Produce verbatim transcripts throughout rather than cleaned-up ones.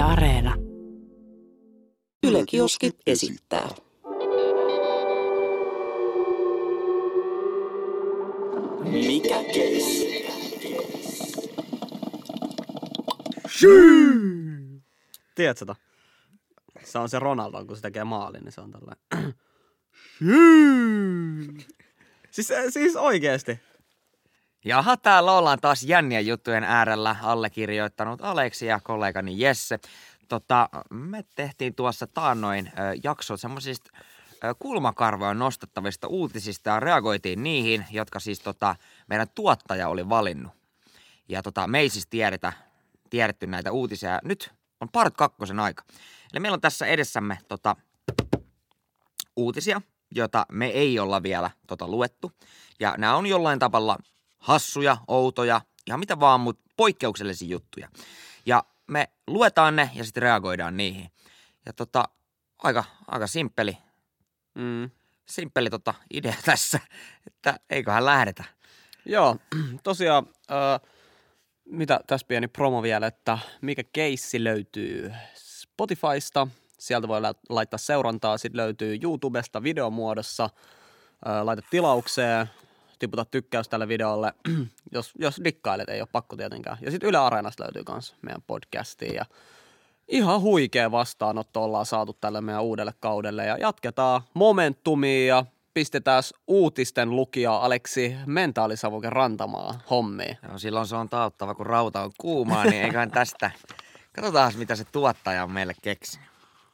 Areena. Yle Kioski esittää. Mikä keissi? Tiedätkö sitä? Se on se Ronaldo, kun se tekee maalin, niin se on tällainen. siis, siis oikeesti. Jaha, täällä ollaan taas jännien juttujen äärellä, allekirjoittanut Aleksi ja kollegani Jesse. Tota, me tehtiin tuossa taannoin ö, jakso semmoisista ö, kulmakarvojen nostettavista uutisista ja reagoitiin niihin, jotka siis tota, meidän tuottaja oli valinnut. Ja tota, me ei siis tiedetä, tiedetty näitä uutisia. Nyt on part kakkosen aika. Eli meillä on tässä edessämme tota, uutisia, joita me ei olla vielä tota, luettu. Ja nämä on jollain tavalla hassuja, outoja, ihan mitä vaan, mutta poikkeuksellisia juttuja. Ja me luetaan ne ja sitten reagoidaan niihin. Ja tota, aika, aika simppeli, Mm. simppeli tota idea tässä, että eiköhän lähdetä. Joo, tosiaan, äh, mitä tässä pieni promo vielä, että mikä keissi löytyy Spotifysta. Sieltä voi laittaa seurantaa, sitten löytyy YouTubesta videomuodossa. Äh, laita tilaukseen, tiputa tykkäys tälle videolle, jos, jos dikkailet, ei ole pakko tietenkään. Ja sitten Yle Areenasta löytyy myös meidän podcastiin. Ja ihan huikea vastaanotto ollaan saatu tälle meidän uudelle kaudelle. Ja jatketaan momentumia ja pistetään uutisten lukija Aleksi Mentaalisavuken Rantamaa hommiin. No, silloin se on tauttava, kun rauta on kuumaa, niin eiköhän tästä. Katsotaan, mitä se tuottaja on meille keksinyt.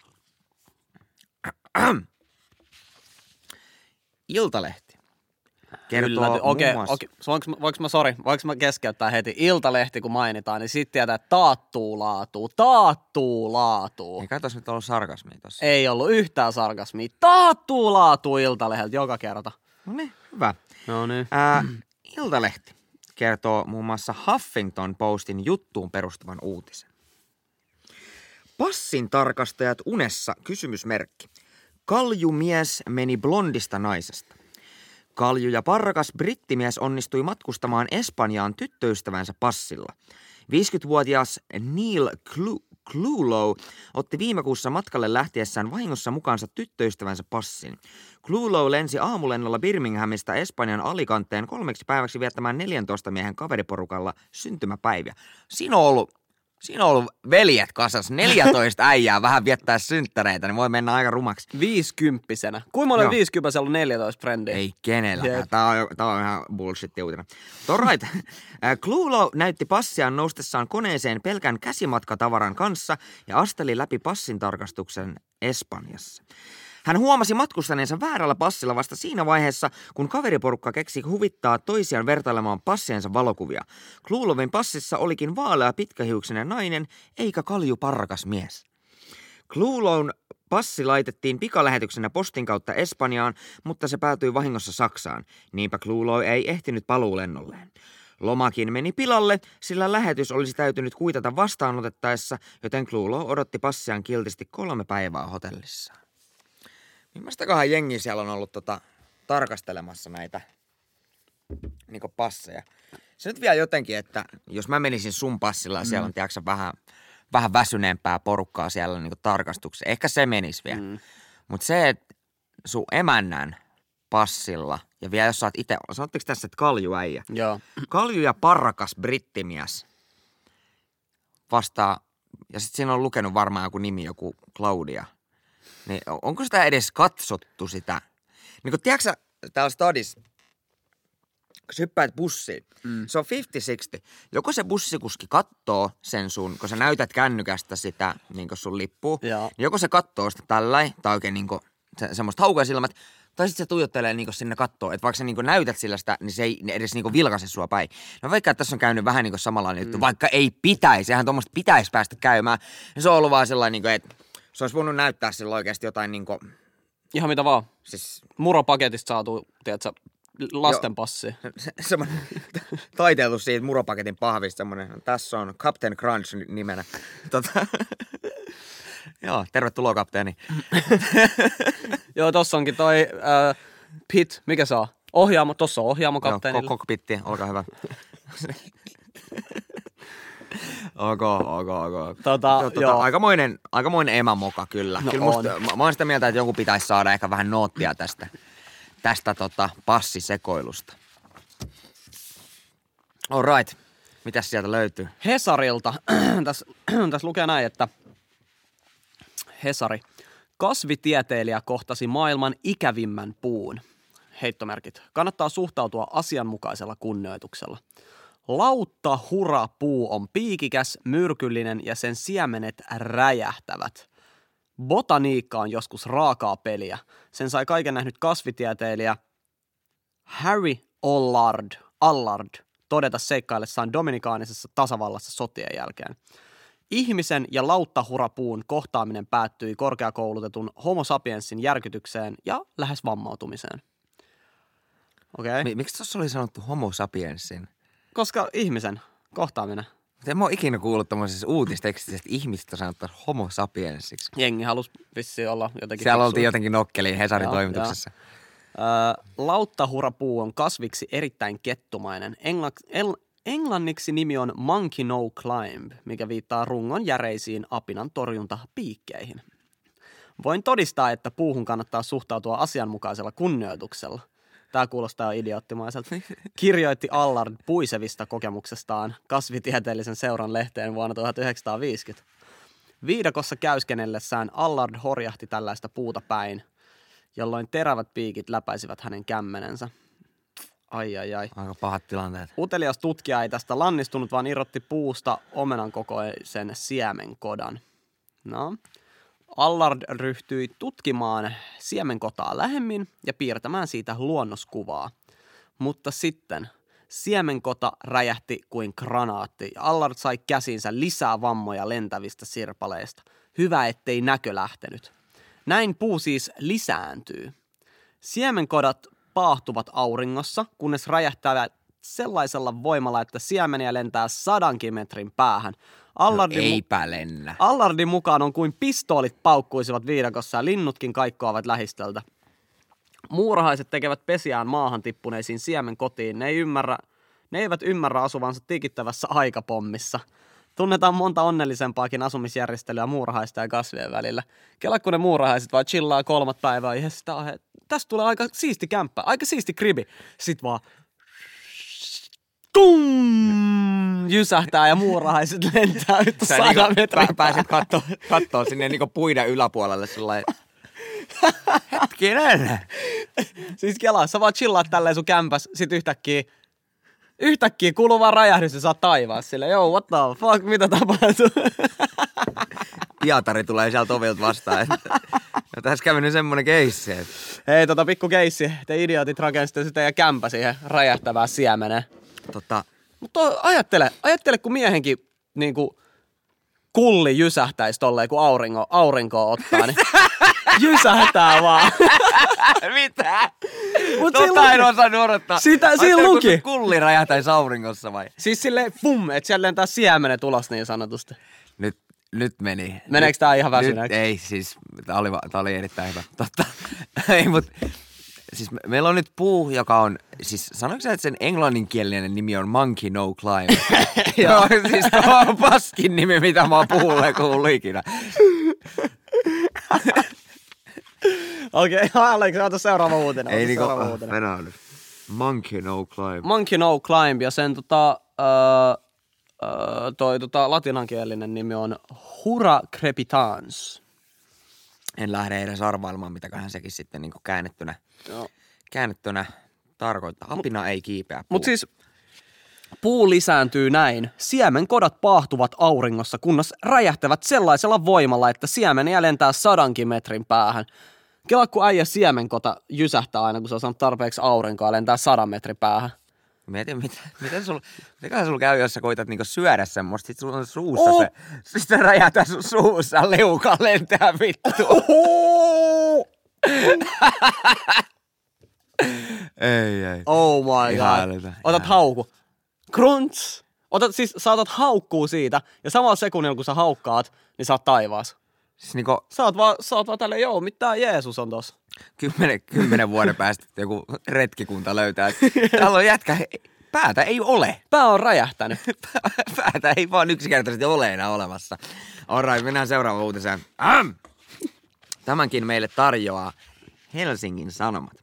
Iltalehti kertoo Okei, muun muassa... okei. Voinko, voinko mä, sori, voinko mä keskeyttää heti? Iltalehti, kun mainitaan, niin sit tietää, että taattuu laatuu, taattuu laatuu. Ei kai tos nyt ollut sarkasmia tossa. Ei ollut yhtään sarkasmia. Taattuu laatuu Iltalehdeltä joka kerta. No niin, hyvä. No niin. Ää, Iltalehti kertoo muun muassa Huffington Postin juttuun perustuvan uutisen. Passin tarkastajat unessa, kysymysmerkki. Kaljumies meni blondista naisesta. Kalju ja parrakas brittimies onnistui matkustamaan Espanjaan tyttöystävänsä passilla. viisikymmentävuotias Neil Clulow otti viime kuussa matkalle lähtiessään vahingossa mukaansa tyttöystävänsä passin. Clulow lensi aamulennolla Birminghamista Espanjan Alicanteen kolmeksi päiväksi viettämään neljäntoista miehen kaveriporukalla syntymäpäiviä. Siinä on ollut, siinä on ollut veljet kasas, neljätoista äijää vähän viettää synttäreitä, niin voi mennä aika rumaksi. Viisikymppisenä. Kuinka monen viisikymppisenä ollut neljätoista frendiä? Ei kenelläkään. Tää on, tää on ihan bullshit-uutinen. Alright. Clulow näytti passiaan noustessaan koneeseen pelkän käsimatkatavaran kanssa ja asteli läpi passintarkastuksen Espanjassa. Hän huomasi matkustaneensa väärällä passilla vasta siinä vaiheessa, kun kaveriporukka keksi huvittaa toisiaan vertailemaan passiensa valokuvia. Clulowin passissa olikin vaalea pitkähiuksinen nainen, eikä kalju parrakas mies. Clulown passi laitettiin pikalähetyksenä postin kautta Espanjaan, mutta se päätyi vahingossa Saksaan. Niinpä Clulow ei ehtinyt paluulennolleen. Lomakin meni pilalle, sillä lähetys olisi täytynyt kuitata vastaanotettaessa, joten Clulow odotti passiaan kiltisti kolme päivää hotellissaan. Millaistakahan jengi siellä on ollut tota, tarkastelemassa näitä niinku passeja? Se nyt vielä jotenkin, että jos mä menisin sun passilla ja siellä on tiiäksä, vähän, vähän väsyneempää porukkaa siellä niinku tarkastuksessa, ehkä se menisi vielä. Mm. Mutta se, että sun emännän passilla ja vielä jos sä oot itse, sanotteko tässä, että kaljuäijä? Joo. Kalju ja parrakas brittimies vastaa, ja sitten siinä on lukenut varmaan joku nimi, joku Claudia. Niin onko sitä edes katsottu sitä? Niin kun tiedätkö täällä stadissa, kun sä hyppäät bussiin, mm. se on viisikymmentä kuusikymmentä. Joko se bussikuski kattoo sen sun, kun sä näytät kännykästä sitä niin sun lippua, niin joko se kattoo sitä tälläin, tai oikein niin se, semmoista haukaisilmat, tai sitten se tuijottelee niin sinne kattoon, että vaikka sä niin näytät sillä sitä, niin se ei edes niin vilkaise sua päin. No vaikka että tässä on käynyt vähän niin samanlainen mm. juttu, vaikka ei pitäisi, eihän tuommoista pitäisi päästä käymään, niin se on ollut vaan sellainen, niin kuin, että se olisi voinut näyttää sillä oikeasti jotain niinku... Ihan mitä vaan. Siis... Muropaketista saatu, tiedätkö, lastenpassi. Se, semmoinen taiteiltu siitä muropaketin pahvista, semmoinen, tässä on Captain Crunch nimenä. Tota... Joo, tervetuloa kapteeni. Joo, tossa onkin toi äh, Pit, mikä se on? Ohjaamo, tossa on ohjaamo kapteenille. Joo, kokpitti, olkaa hyvä. Ok, ok, ok. Tota, tota, joo. aikamoinen, aikamoinen emämoka kyllä. No kyllä musta, mä, mä oon sitä mieltä, että joku pitäisi saada ehkä vähän noottia tästä, tästä tota, passisekoilusta. All right. Mitäs sieltä löytyy? Hesarilta. Tässä täs lukee näin, että Hesari. Kasvitieteilijä kohtasi maailman ikävimmän puun. Heittomerkit. Kannattaa suhtautua asianmukaisella kunnioituksella. Lauttahurapuu on piikikäs, myrkyllinen ja sen siemenet räjähtävät. Botaniikka on joskus raakaa peliä. Sen sai kaiken nähnyt kasvitieteilijä Harry Allard, Allard todeta seikkaillessaan Dominikaanisessa tasavallassa sotien jälkeen. Ihmisen ja lauttahurapuun kohtaaminen päättyi korkeakoulutetun homo sapiensin järkytykseen ja lähes vammautumiseen. Okei. Okay. Miksi tuossa oli sanottu homo sapiensin? Koska ihmisen kohtaaminen. En mä ole ikinä kuullut tämmöisessä uutistekstissä, että ihmistä sanotaan homo sapiensiksi. Jengi halusi vissiin olla jotenkin Siellä fiksua. oltiin jotenkin nokkeliin Hesarin Joo, toimituksessa. Ö, lauttahurapuu on kasviksi erittäin kettumainen. Engla- el- englanniksi nimi on monkey no climb, mikä viittaa rungon järeisiin apinan torjuntapiikkeihin. Voin todistaa, että puuhun kannattaa suhtautua asianmukaisella kunnioituksella. Tämä kuulostaa idioottimaiselta. Kirjoitti Allard puisevista kokemuksestaan kasvitieteellisen seuran lehteen vuonna tuhatyhdeksänsataaviisikymmentä. Viidakossa käyskennellessään Allard horjahti tällaista puuta päin, jolloin terävät piikit läpäisivät hänen kämmenensä. Ai ai ai. Aika pahat tilanteet. Utelias tutkija ei tästä lannistunut, vaan irrotti puusta omenan kokoisen siemenkodan. No. Allard ryhtyi tutkimaan siemenkotaa lähemmin ja piirtämään siitä luonnoskuvaa. Mutta sitten siemenkota räjähti kuin granaatti ja Allard sai käsinsä lisää vammoja lentävistä sirpaleista. Hyvä, ettei näkö lähtenyt. Näin puu siis lisääntyy. Siemenkodat paahtuvat auringossa, kunnes räjähtävät sellaisella voimalla, että siemeniä lentää sadankin metrin päähän. Allardin no eipä lennä. Allardin mukaan on kuin pistoolit paukkuisivat viidakossa ja linnutkin kaikkoavat lähistöltä. Muurahaiset tekevät pesiään maahan tippuneisiin siemenkotiin. Ne, ei ymmärrä, ne eivät ymmärrä asuvansa tikittävässä aikapommissa. Tunnetaan monta onnellisempaakin asumisjärjestelyä muurahaista ja kasvien välillä. Kela kun ne muurahaiset vaan chillaa kolmat päivää. Ja sitä on, tästä tulee aika siisti kämppä, aika siisti kribi. Sitten vaan tum, jysähtää ja muurahaiset lentää yhtä sadan niinku metrin pä- pääset kattoo, kattoo sinne niinku puiden yläpuolelle sellainen. Hetkinen. Siis kelaa, sä vaan chillaat tälleen sun kämpäs, sit yhtäkkiä, yhtäkkiä kuuluu vaan räjähdys ja sä oot taivaassa silleen, joo, what the fuck, mitä tapahtuu? Pietari tulee sieltä ovilta vastaan, että no, tässä kävi nyt semmonen keissi, että Hei, tota pikku keissi, te idiotit rakensitte sitä ja kämpä siihen räjähtävää siemeneen. tota, Mutta ajattele, ajattele, kun miehenkin niinku kulli jysähtäisi tolleen, kun aurinko, aurinkoa ottaa, niin jysähtää vaan. mitä? Mut Tota siinä en luki. osannut odottaa. Sitä siinä Ajattelin, kun luki. se kulli räjähtäisi auringossa vai? Siis silleen fum, että siellä lentää siemenet ulos niin sanotusti. Nyt, nyt meni. Meneekö tää ihan Nyt väsyneeksi? ei, siis tää oli, tää oli erittäin hyvä. Totta. ei, mut siis me, meillä on nyt puu, joka on, siis sanoiko sä, että sen englanninkielinen nimi on Monkey No Climb? Joo. Siis tuo on paskin nimi, mitä mä oon puulle kuullut ikinä. Okei, okay, Aleksi, ota seuraava uutinen. Ei ota niinku, seuraava uutinen. mennään nyt. Monkey No Climb. Monkey No Climb ja sen tota, öö, öö, toi tota, latinankielinen nimi on Hura crepitans. En lähde edes arvailemaan, mitäköhän sekin sitten niinku käännettynä, Joo. käännettynä tarkoittaa. Apina mut, ei kiipeä puu. Mut siis puu lisääntyy näin. Siemenkodat paahtuvat auringossa, kunnes räjähtävät sellaisella voimalla, että siemeniä lentää sadankin metrin päähän. Kela, kun äijä siemenkota jysähtää aina, kun se on saanut tarpeeksi aurinkoa ja lentää sadan metrin päähän. Mietin, mitä, miten sulla, mitäköhän sulla käy, jos sä koitat niinku syödä semmoista, sit sulla on suussa Oh. se, sit se räjähtää sun suussa, leuka lentää vittu. Oho! ei, ei. Oh my Ihan god. älytön, Otat ihan. hauku. Crunch. Otat, siis saatat haukkuu siitä, ja samalla sekunnilla kun sä haukkaat, niin sä oot taivaassa. Siis niinku Sä oot vaan, sä oot vaan tälleen, joo, mitä Jeesus on tossa. kymmenen, kymmenen vuoden päästä joku retkikunta löytää, että täällä on jätkä Päätä ei ole. Pää on räjähtänyt. Päätä ei vaan yksinkertaisesti ole enää olemassa. Alright, mennään seuraavaan uutiseen. Ähm. Tämänkin meille tarjoaa Helsingin Sanomat.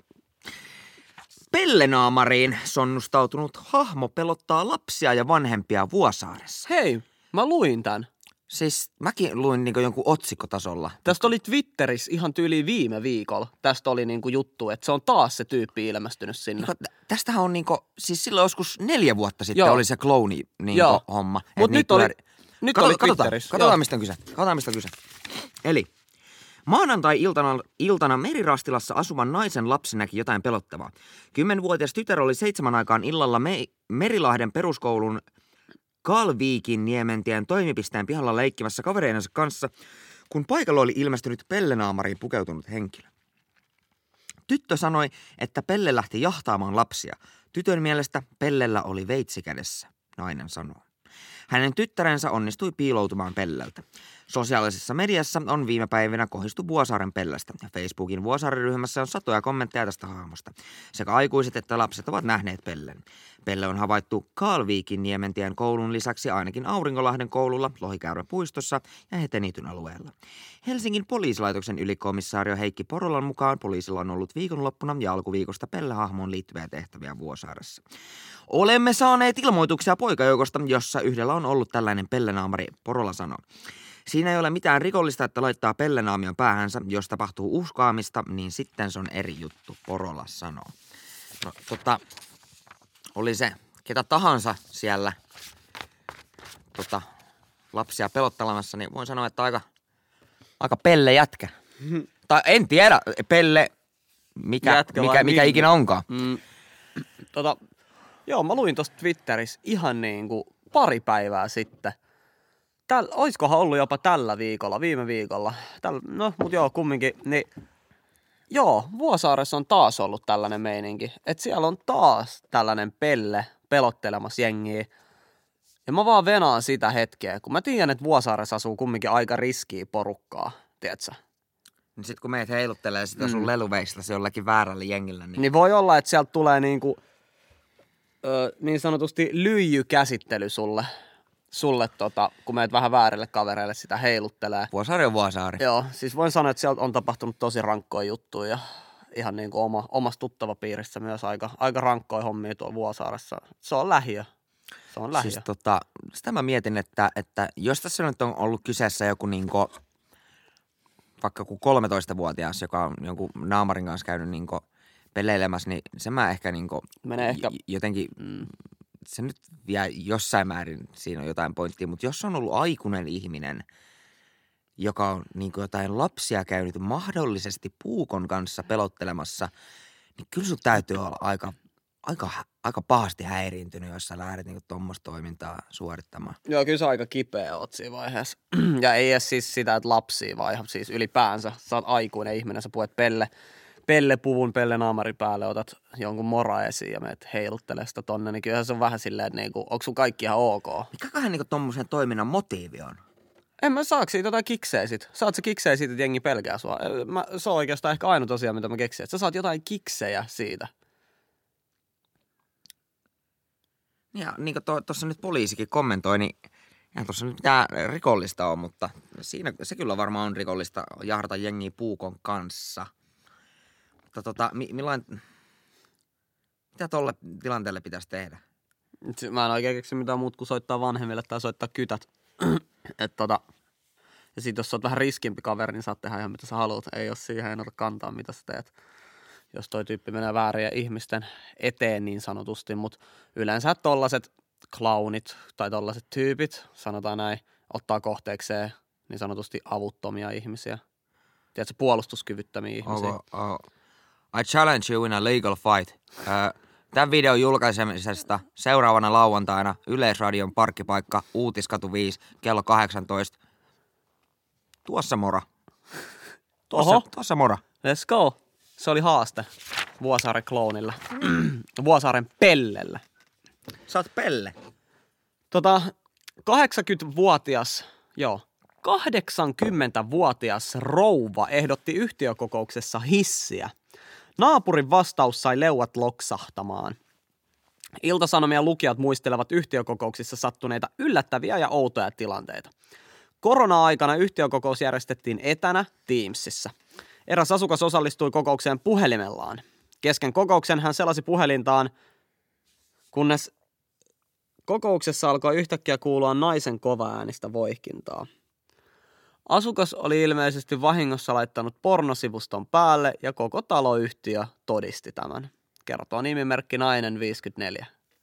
Pellenaamariin sonnustautunut hahmo pelottaa lapsia ja vanhempia Vuosaaressa. Hei, mä luin tän. Siis mäkin luin niinku jonkun otsikkotasolla. Tästä oli Twitterissä ihan tyyliin viime viikolla. Tästä oli niinku juttu, että se on taas se tyyppi ilmestynyt sinne. Niinku, tästähän on niinku, siis silloin joskus neljä vuotta sitten Joo. oli se klooni niinku homma. Mut nyt oli, nyt Kato, oli katsotaan, Twitterissä. katsotaan mistä on kyse. Katsotaan mistä on kyse. Eli maanantai-iltana iltana Merirastilassa asuvan naisen lapsi näki jotain pelottavaa. Kymmenvuotias tytär oli seitsemän aikaan illalla Me- Merilahden peruskoulun Kalviikin Niementien toimipisteen pihalla leikkimässä kavereidensa kanssa, kun paikalla oli ilmestynyt pellenaamariin pukeutunut henkilö. Tyttö sanoi, että Pelle lähti jahtaamaan lapsia. Tytön mielestä Pellellä oli veitsi kädessä, nainen sanoo. Hänen tyttärensä onnistui piiloutumaan Pelleltä. Sosiaalisessa mediassa on viime päivinä kohistu Vuosaaren Pellestä. Facebookin Vuosaaren-ryhmässä on satoja kommentteja tästä hahmosta. Sekä aikuiset että lapset ovat nähneet Pellen. Pelle on havaittu Kalviikin Niementien koulun lisäksi ainakin Aurinkolahden koululla, Lohikäyrä puistossa ja Hetenityn alueella. Helsingin poliisilaitoksen ylikomissaario Heikki Porolan mukaan poliisilla on ollut viikonloppuna ja alkuviikosta Pelle-hahmoon liittyviä tehtäviä Vuosaaressa. Olemme saaneet ilmoituksia poikajoukosta, jossa yhdellä on ollut tällainen pellenaamari, Porola sanoo. Siinä ei ole mitään rikollista, että laittaa pellenaamion päähänsä. Jos tapahtuu uskaamista, niin sitten se on eri juttu, Porola sanoo. No tota, oli se ketä tahansa siellä tota, lapsia pelottelemassa, niin voin sanoa, että aika, aika Pelle jätkä. Tai en tiedä, Pelle, mikä, Jätkä mikä, vai mikä minkä? ikinä onkaan. Mm, tota, joo, mä luin tosta Twitterissä ihan niinku pari päivää sitten. Täl, oiskohan ollut jopa tällä viikolla, viime viikolla. Täl, no, mut joo, kumminkin. Niin, joo, Vuosaaressa on taas ollut tällainen meininki. Että siellä on taas tällainen Pelle pelottelemassa jengiä. Ja mä vaan venaan sitä hetkeä, kun mä tiedän, että Vuosaaressa asuu kumminkin aika riskiä porukkaa, tiedätkö? Niin sit kun meitä heiluttelee sitä sun mm. leluveista se jollakin väärällä jengillä, niin... Niin voi olla, että sieltä tulee niinku, ö, niin sanotusti lyijykäsittely sulle. Sulle, tota, kun meet vähän väärille kavereille sitä heiluttelee. Vuosaari on Vuosaari. Joo, siis voin sanoa, että sieltä on tapahtunut tosi rankkoja juttuja ja ihan niin kuin oma, omassa tuttavapiirissä myös aika, aika rankkoja hommia tuolla Vuosaaressa. Se on lähiö. Se on lähiö. Siis tota, sitä mä mietin, että, että jos tässä nyt on ollut kyseessä joku niinku, vaikka joku kolmetoistavuotias, joka on jonkun naamarin kanssa käynyt niinku peleilemässä, niin se mä ehkä niinku Menee ehkä... jotenkin... Mm. Se nyt vielä jossain määrin siinä on jotain pointtia, mutta jos on ollut aikuinen ihminen, joka on niin kuin jotain lapsia käynyt mahdollisesti puukon kanssa pelottelemassa, niin kyllä sun täytyy olla aika, aika, aika pahasti häiriintynyt, jos sä lähdet niin tuommoista toimintaa suorittamaan. Joo, kyllä sä aika kipeä oot siinä vaiheessa. Ja ei edes siis sitä, että lapsia, vaan ihan siis ylipäänsä. Sä oot aikuinen ihminen, sä puhet Pelle. Pelle-puvun, Pelle-naamari päälle, otat jonkun mora esiin ja meet heiluttelee sitä tonne, niin kyllähän se on vähän silleen, että niinku, onko sun kaikki ihan ok? Mikäköhän niinku tommosen toiminnan motiivi on? En mä saako siitä jotain kiksejä sit. Saat sä kiksejä siitä, että jengi pelkää sua. Mä, se on oikeastaan ehkä ainut asia, mitä mä keksin, että sä saat jotain kiksejä siitä. Ja niin kuin tuossa nyt poliisikin kommentoi, niin eihän tuossa nyt mitään rikollista on, mutta siinä se kyllä varmaan on rikollista jahdata jengiä puukon kanssa. Mutta tota, millain, mitä tolle tilanteelle pitäisi tehdä? Mä en oikein keksi mitään muuta kuin soittaa vanhemmille tai soittaa kytät. Et tota, ja sit jos sä oot vähän riskimpi kaveri, niin saat tehdä ihan mitä sä haluat. Ei oo siihen, en ota kantaa mitä sä teet. Jos toi tyyppi menee väärien ihmisten eteen niin sanotusti. Mut yleensä tollaset clownit tai tollaset tyypit, sanotaan näin, ottaa kohteekseen niin sanotusti avuttomia ihmisiä. Tiedätkö, puolustuskyvyttömiä ihmisiä. Okay, oh. I challenge you in a legal fight. Uh, tämän videon julkaisemisesta seuraavana lauantaina Yleisradion parkkipaikka Uutiskatu viisi kello kahdeksantoista. Tuossa mora. Tuossa, Oho. tuossa mora. Let's go. Se oli haaste Vuosaaren kloonilla. Vuosaaren Pellellä. Sä oot Pelle. Tota, kahdeksankymmentävuotias, joo, kahdeksankymmentävuotias rouva ehdotti yhtiökokouksessa hissiä. Naapurin vastaus sai leuat loksahtamaan. Ilta-Sanomien lukijat muistelevat yhtiökokouksissa sattuneita yllättäviä ja outoja tilanteita. Korona-aikana yhtiökokous järjestettiin etänä Teamsissa. Eräs asukas osallistui kokoukseen puhelimellaan. Kesken kokouksen hän selasi puhelintaan, kunnes kokouksessa alkoi yhtäkkiä kuulua naisen kovaäänistä voihkintaa. Asukas oli ilmeisesti vahingossa laittanut pornosivuston päälle ja koko taloyhtiö todisti tämän. Kertoo nimimerkki nainen viisikymmentäneljä.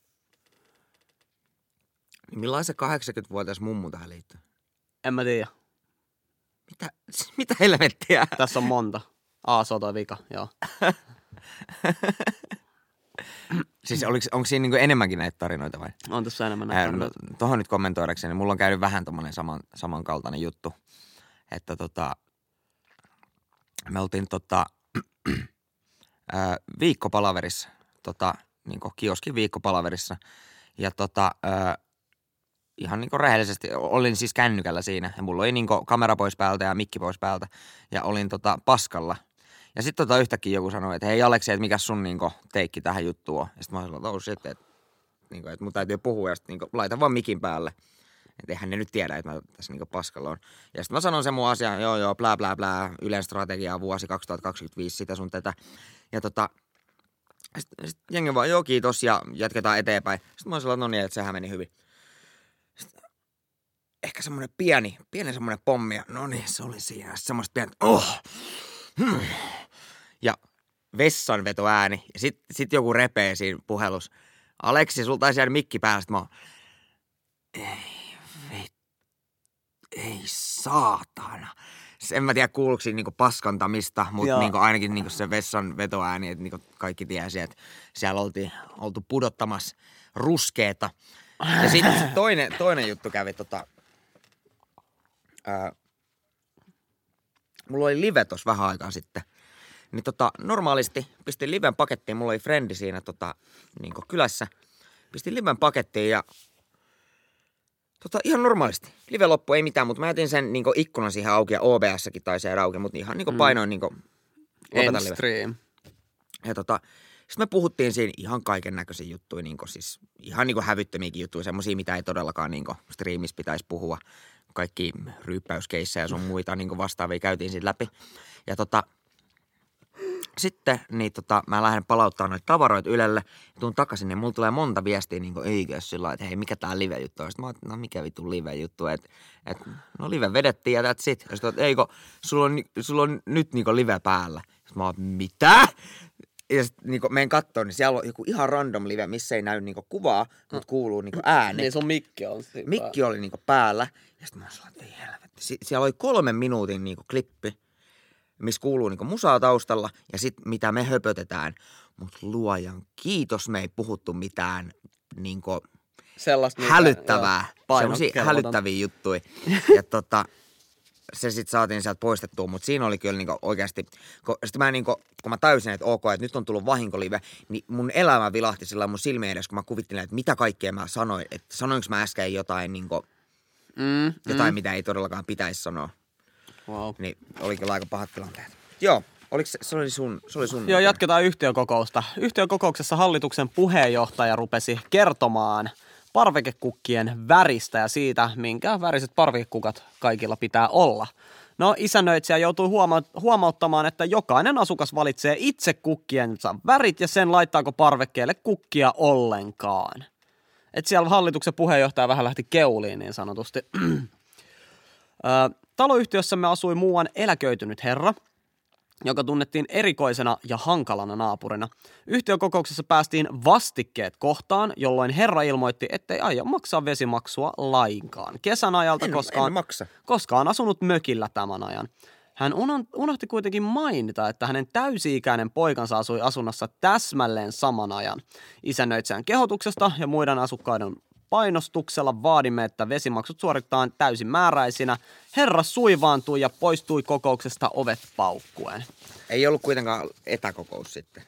Millaisen kahdeksankymmentävuotias mummu tähän liittyy? En mä tiedä. Mitä, mitä helvettiä? Tässä on monta. Aa, se on toi vika, joo. Siis oliko, onko siinä niinku enemmänkin näitä tarinoita vai? On tässä enemmän näitä tarinoita. No, tuohon nyt kommentoidakseni, mulla on käynyt vähän tommonen saman, samankaltainen juttu. Että tota, me oltiin tota, ää, viikkopalaverissa, tota, niinku kioskin viikkopalaverissa. Ja tota, ää, ihan niinku rehellisesti olin siis kännykällä siinä. Ja mulla oli niinku kamera pois päältä ja mikki pois päältä. Ja olin tota paskalla. Ja sitten tota yhtäkkiä joku sanoi, että hei Aleksi, että mikä sun niinku teikki tähän juttuun on. Ja sitten mä sanoin, että oh shit, että, niinku, että mun täytyy puhua ja sitten niinku, laita vaan mikin päälle. Että eihän ne nyt tiedä, että mä tässä niinku paskalla on. Ja sitten mä sanon sen mun asian, joo joo, blää blää blää, Ylen strategiaa vuosi kaksituhattakaksikymmentäviisi, sitä sun tätä. Ja tota, sitten sit jengi vaan, joo kiitos ja jatketaan eteenpäin. Sitten mä sanoin, no niin, että sehän meni hyvin. Sitten, ehkä semmonen pieni, pieni semmonen pommi, no niin, se oli siinä. Sitten semmoista pientä, oh, hmm. Ja vessanvetoääni. Ja sit, sit joku repee siinä puhelus. Aleksi, sulta taisi jäädä mikki päällä. Sitten mä oon, ei vit, ei saatana. Siis en mä tiedä kuuluuko siinä niinku paskantamista, mutta niinku ainakin niinku se vessanvetoääni, että niinku kaikki tiesi, että siellä oltiin oltu pudottamassa ruskeeta. Ja sitten sit toinen, toinen juttu kävi tota, ää, mulla oli live tossa vähän aikaa sitten. Niin tota, normaalisti pistin liven pakettiin, mulla oli frendi siinä tota, niinku kylässä. Pistin liven pakettiin ja tota, ihan normaalisti. Live loppu ei mitään, mutta mä jätin sen niinku ikkunan siihen auki ja O B S:kin taisi jäädä auki, mutta ihan niinku painoin niinku lopeta live. Ja tota, sitten me puhuttiin siinä ihan kaiken näköisiä juttuja, niinku siis ihan niinku hävyttömiäkin juttuja, semmosia mitä ei todellakaan niinku striimissä pitäisi puhua. Kaikki ryyppäyskeissejä ja sun muita niinku vastaavia käytiin siitä läpi. Ja tota, sitten niin tota, mä lähden palauttaa noita tavaroita Ylelle ja tuun takaisin ja mulla tulee monta viestiä niinku eikös sillä että hei mikä tää live-juttu on. Sitten mä oon, no mikä vittu live-juttu, että et, no live vedettiin ja that's it. Ja sitten oot, eikö, sulla on, sulla on nyt niinku live päällä. Sitten mä oon, mitä? Ja sitten niinku menen kattoon, niin siellä on joku ihan random live, missä ei näy niinku kuvaa, mutta kuuluu niinku ääni. Niin sun mikki on siinä Mikki oli niinku päällä. Ja sitten mä sanoin, että ei helvetti. Sie- siellä oli kolmen minuutin niinku klippi, missä kuuluu niinku musaa taustalla ja sit mitä me höpötetään. Mut luojan kiitos, me ei puhuttu mitään niinku sellaista hälyttävää. Sellaisia hälyttäviä juttuja. Ja tota, se sit saatiin sieltä poistettua, mutta siinä oli kyllä niinku oikeasti, kun, sit mä niinku, kun mä tajusin, että ok, että nyt on tullut vahinkolive, niin mun elämä vilahti sillä mun silmien edessä, kun mä kuvittelin, että mitä kaikkea mä sanoin, että sanoinko mä äsken jotain niinku, mm, jotain, mm. mitä ei todellakaan pitäisi sanoa. Wow. Niin oli kyllä aika pahat tilanteet. Joo, oliko se, se oli sun, se oli sun. Joo, jatketaan yhtiökokousta. Yhtiökokouksessa hallituksen puheenjohtaja rupesi kertomaan parvekekukkien väristä ja siitä, minkä väriset parvekekukat kaikilla pitää olla. No, isännöitsijä joutui huoma- huomauttamaan, että jokainen asukas valitsee itse kukkiensa värit ja sen laittaako parvekkeelle kukkia ollenkaan. Et siellä hallituksen puheenjohtaja vähän lähti keuliin niin sanotusti. Taloyhtiössämme asui muuan eläköitynyt herra, joka tunnettiin erikoisena ja hankalana naapurina. Yhtiökokouksessa päästiin vastikkeet kohtaan, jolloin herra ilmoitti, ettei aio maksaa vesimaksua lainkaan. Kesän ajalta, en, koska, en on, koska on asunut mökillä tämän ajan. Hän unohti kuitenkin mainita, että hänen täysi-ikäinen poikansa asui asunnossa täsmälleen saman ajan. Isännöitsijän kehotuksesta ja muiden asukkaiden painostuksella vaadimme, että vesimaksut suoritetaan täysimääräisinä. Herra suivaantui ja poistui kokouksesta ovet paukkuen. Ei ollut kuitenkaan etäkokous sitten.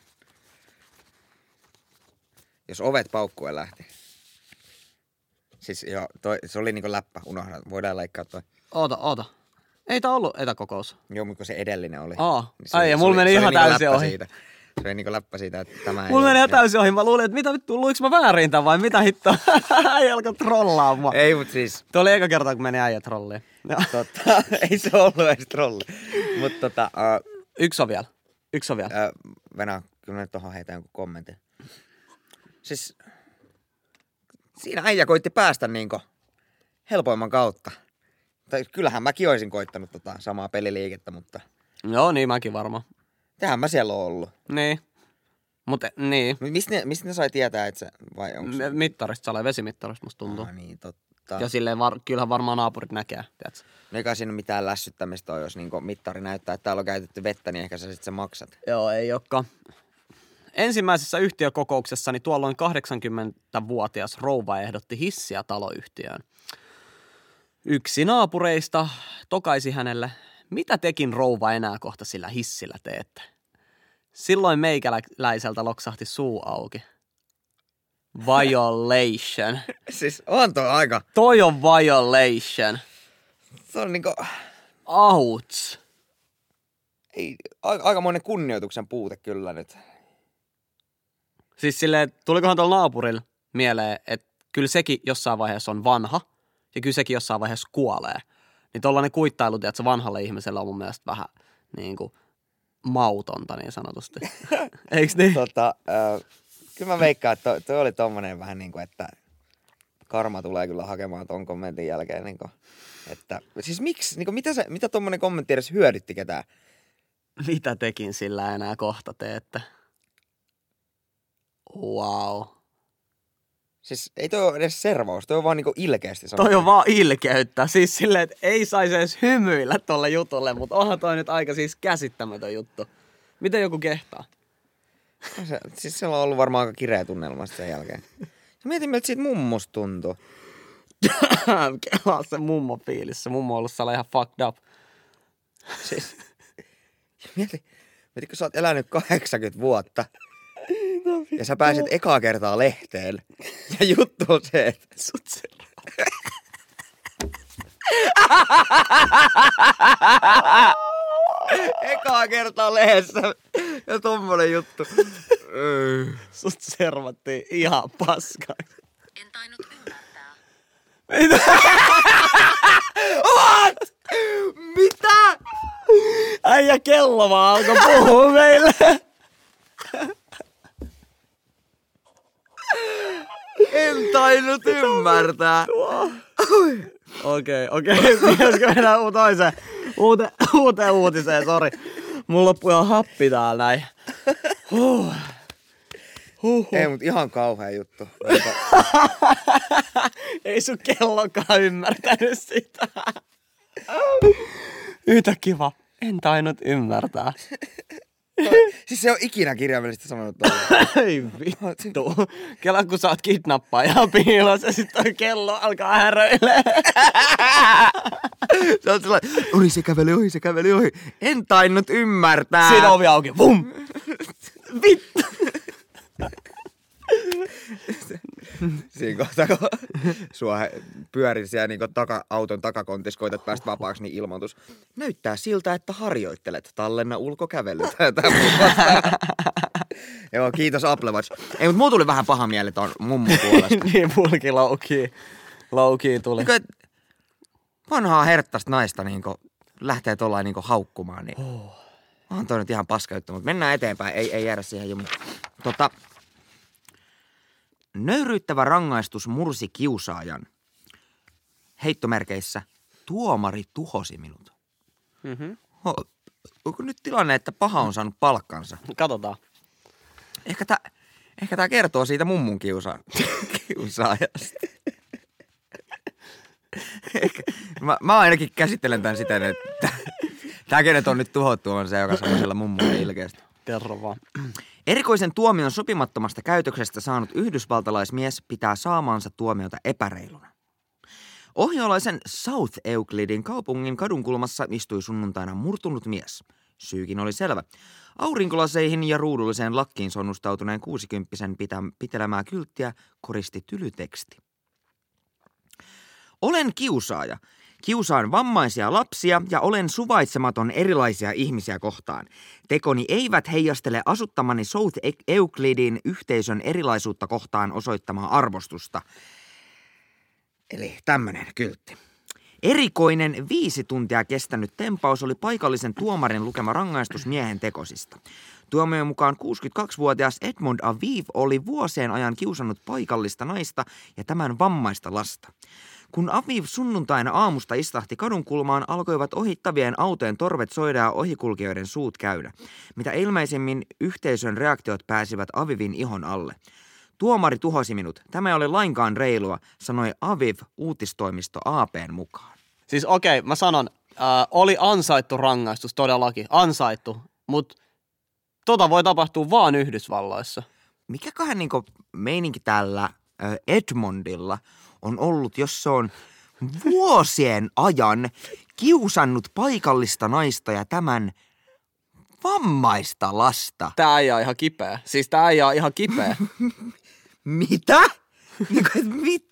Jos ovet paukkuen lähti. Siis joo, toi, se oli niinku läppä, unohdan. Voidaan laikkaa toi. Oota, oota. Ei tää ollut etäkokous. Joo, mutta se edellinen oli. Aa, niin ai ja mulla meni ihan täysin ohi. Siitä. Se ei niinku läppä siitä, että tämä ei... Mulla meni ihan täysin ohi. Mä luulin, että mitä vittu, luiks mä väärin tämän vai mitä hittoa? Äijä alkoi trollaa mua. Ei, mut siis... Tuo oli eka kerta, kun meni äijä trolliin. Tota, ei se ollut edes trolli. Mut tota... Uh, Yksi on vielä. Yksi on vielä. Uh, Venä, kyllä mä nyt tohon heitän jonkun kommentin. Siis... Siinä äijä koitti päästä niinku helpoimman kautta. Tai kyllähän mäkin oisin koittanut tota samaa peliliikettä, mutta... Joo, niin mäkin varmaan. Tehän mä siellä oon ollut. Niin. Mutta niin. Mistä ne, mistä ne sai tietää, että se... Vai onko se... Mittarista, se oli vesimittarista, musta tuntuu. Ah, niin, totta. Ja silleen var, kyllähän varmaan naapurit näkee, tiedätkö? No eikä siinä mitään lässyttämistä ole, jos niinku mittari näyttää, että täällä on käytetty vettä, niin ehkä sä sit se maksat. Joo, ei olekaan. Ensimmäisessä yhtiökokouksessani tuolloin kahdeksankymmentävuotias rouva ehdotti hissiä taloyhtiöön. Yksi naapureista tokaisi hänelle, mitä tekin rouva enää kohta sillä hissillä teette? Silloin meikäläiseltä loksahti suu auki. Violation. Siis on toi aika... Toi on violation. Se on niinku... Ouch. Ei, aikamoinen kunnioituksen puute kyllä nyt. Siis silleen, tulikohan tuolla naapurilla mieleen, että kyllä sekin jossain vaiheessa on vanha ja kyllä sekin jossain vaiheessa kuolee. Niin tollainen kuittailu, että se vanhalle ihmiselle on mun mielestä vähän niin kuin mautonta niin sanotusti. Eiks niin? Tota, äh, kyllä mä veikkaan, että toi, toi oli tommonen vähän niin kuin, että karma tulee kyllä hakemaan ton kommentin jälkeen. Niin kuin, että, siis miksi, niin kuin, mitä, se, mitä tommonen kommentti edes hyödytti ketään? Mitä tekin sillä enää kohta teette? Wow. Siis ei toi ole edes servaus, toi on vaan niinku ilkeästi sanottu. Toi on vaan ilkeyttä. Siis silleen, että ei saisi edes hymyillä tolle jutulle, mutta onhan toi nyt aika siis käsittämätön juttu. Miten joku kehtaa? Se, siis se on ollut varmaan aika kireä tunnelma sen jälkeen. Ja mietin, miltä siitä mummusta tuntuu. Kelaa se mummo fiilis. Se mummo on ollut siellä ihan fucked up. Siis, mieti, mieti, kun sä oot elänyt kahdeksankymmentä vuotta. Ja sä pääset ekaa kertaa lehteen. Ja juttu on se, että... Sut se ekaa kertaa lehdessä. Ja tommonen juttu. Sut servattiin ihan paskaksi. En tainnut ymmärtää. Mitä? What? Mitä? Äijä kello vaan alkoi puhua meille. En tainnut ymmärtää. Okei, okei. Pitäisikö mennään toiseen uuteen, uuteen uutiseen, sori. Mulla loppui ihan happi täällä näin. Huh. Huhhuh. Ei, mut ihan kauhea juttu. Ei sun kellokaan ymmärtänyt sitä. Yhtä kiva. En tainnut ymmärtää. Siis se on ikinä kirjaimellisesti sanonut tuolla. Ei vittu. Kela kun sä oot kidnappaaja piilossa ja sit toi kello alkaa häröilee. Se on sellainen, ohi se käveli, ohi se käveli, ohi. En tainnut ymmärtää. Siinä ovi auki. Vum! Vittu! Siinä kohtaa, kun sua pyörit siellä niin taka, auton takakontissa, koitat päästä vapaaksi, niin ilmoitus. Näyttää siltä, että harjoittelet. Tallenna ulkokävelyä. Joo, kiitos Apple Watch. Ei, mutta mulla tuli vähän paha mieli ton mummun puolesta. Niin, mullakin loukii. Loukii tuli. Niin, vanhaa herttasta naista niin lähtee tollain niin haukkumaan. Niin. Oh. On toi nyt ihan paska juttu, mutta mennään eteenpäin. Ei, ei jäädä siihen jummaan. Tota... Nöyryyttävä rangaistus mursi kiusaajan. Heittomerkeissä tuomari tuhosi minut. Mm-hmm. Onko nyt tilanne, että paha on saanut palkkansa? Katsotaan. Ehkä tää, ehkä tää kertoo siitä mummun kiusa, kiusaajasta. Ehkä, mä, mä ainakin käsittelen tän siten, että tää kenet on nyt tuhottu on se, joka semmoisella mummulla ilkeästi. Kerro vaan. Erikoisen tuomion sopimattomasta käytöksestä saanut yhdysvaltalaismies pitää saamaansa tuomiota epäreiluna. Ohjolaisen South Euclidin kaupungin kadunkulmassa istui sunnuntaina murtunut mies. Syykin oli selvä. Aurinkolaseihin ja ruudulliseen lakkiin sonnustautuneen kuusikymppisen pitä, pitelemää kylttiä koristi tylyteksti. Olen kiusaaja. Kiusaan vammaisia lapsia ja olen suvaitsematon erilaisia ihmisiä kohtaan. Tekoni eivät heijastele asuttamani South Euclidin yhteisön erilaisuutta kohtaan osoittamaa arvostusta. Eli tämmönen kyltti. Erikoinen viisi tuntia kestänyt tempaus oli paikallisen tuomarin lukema rangaistus miehen tekosista. Tuomion mukaan kuusikymmentäkaksivuotias Edmond Aviv oli vuosien ajan kiusannut paikallista naista ja tämän vammaista lasta. Kun Aviv sunnuntaina aamusta istahti kadunkulmaan, alkoivat ohittavien autojen torvet soida ja ohikulkijoiden suut käydä. Mitä ilmeisemmin yhteisön reaktiot pääsivät Avivin ihon alle. Tuomari tuhosi minut. Tämä ei ole lainkaan reilua, sanoi Aviv uutistoimisto A P:n mukaan. Siis okei, okay, mä sanon, äh, oli ansaittu rangaistus todellakin, ansaittu, mutta tota voi tapahtua vaan Yhdysvalloissa. Mikäköhän niinku meininki tällä äh, Edmondilla on ollut, jos se on vuosien ajan kiusannut paikallista naista ja tämän vammaista lasta? Tää ei ole ihan kipeä. Siis tää ei ole ihan kipeä. Mitä? Niinku, et mit?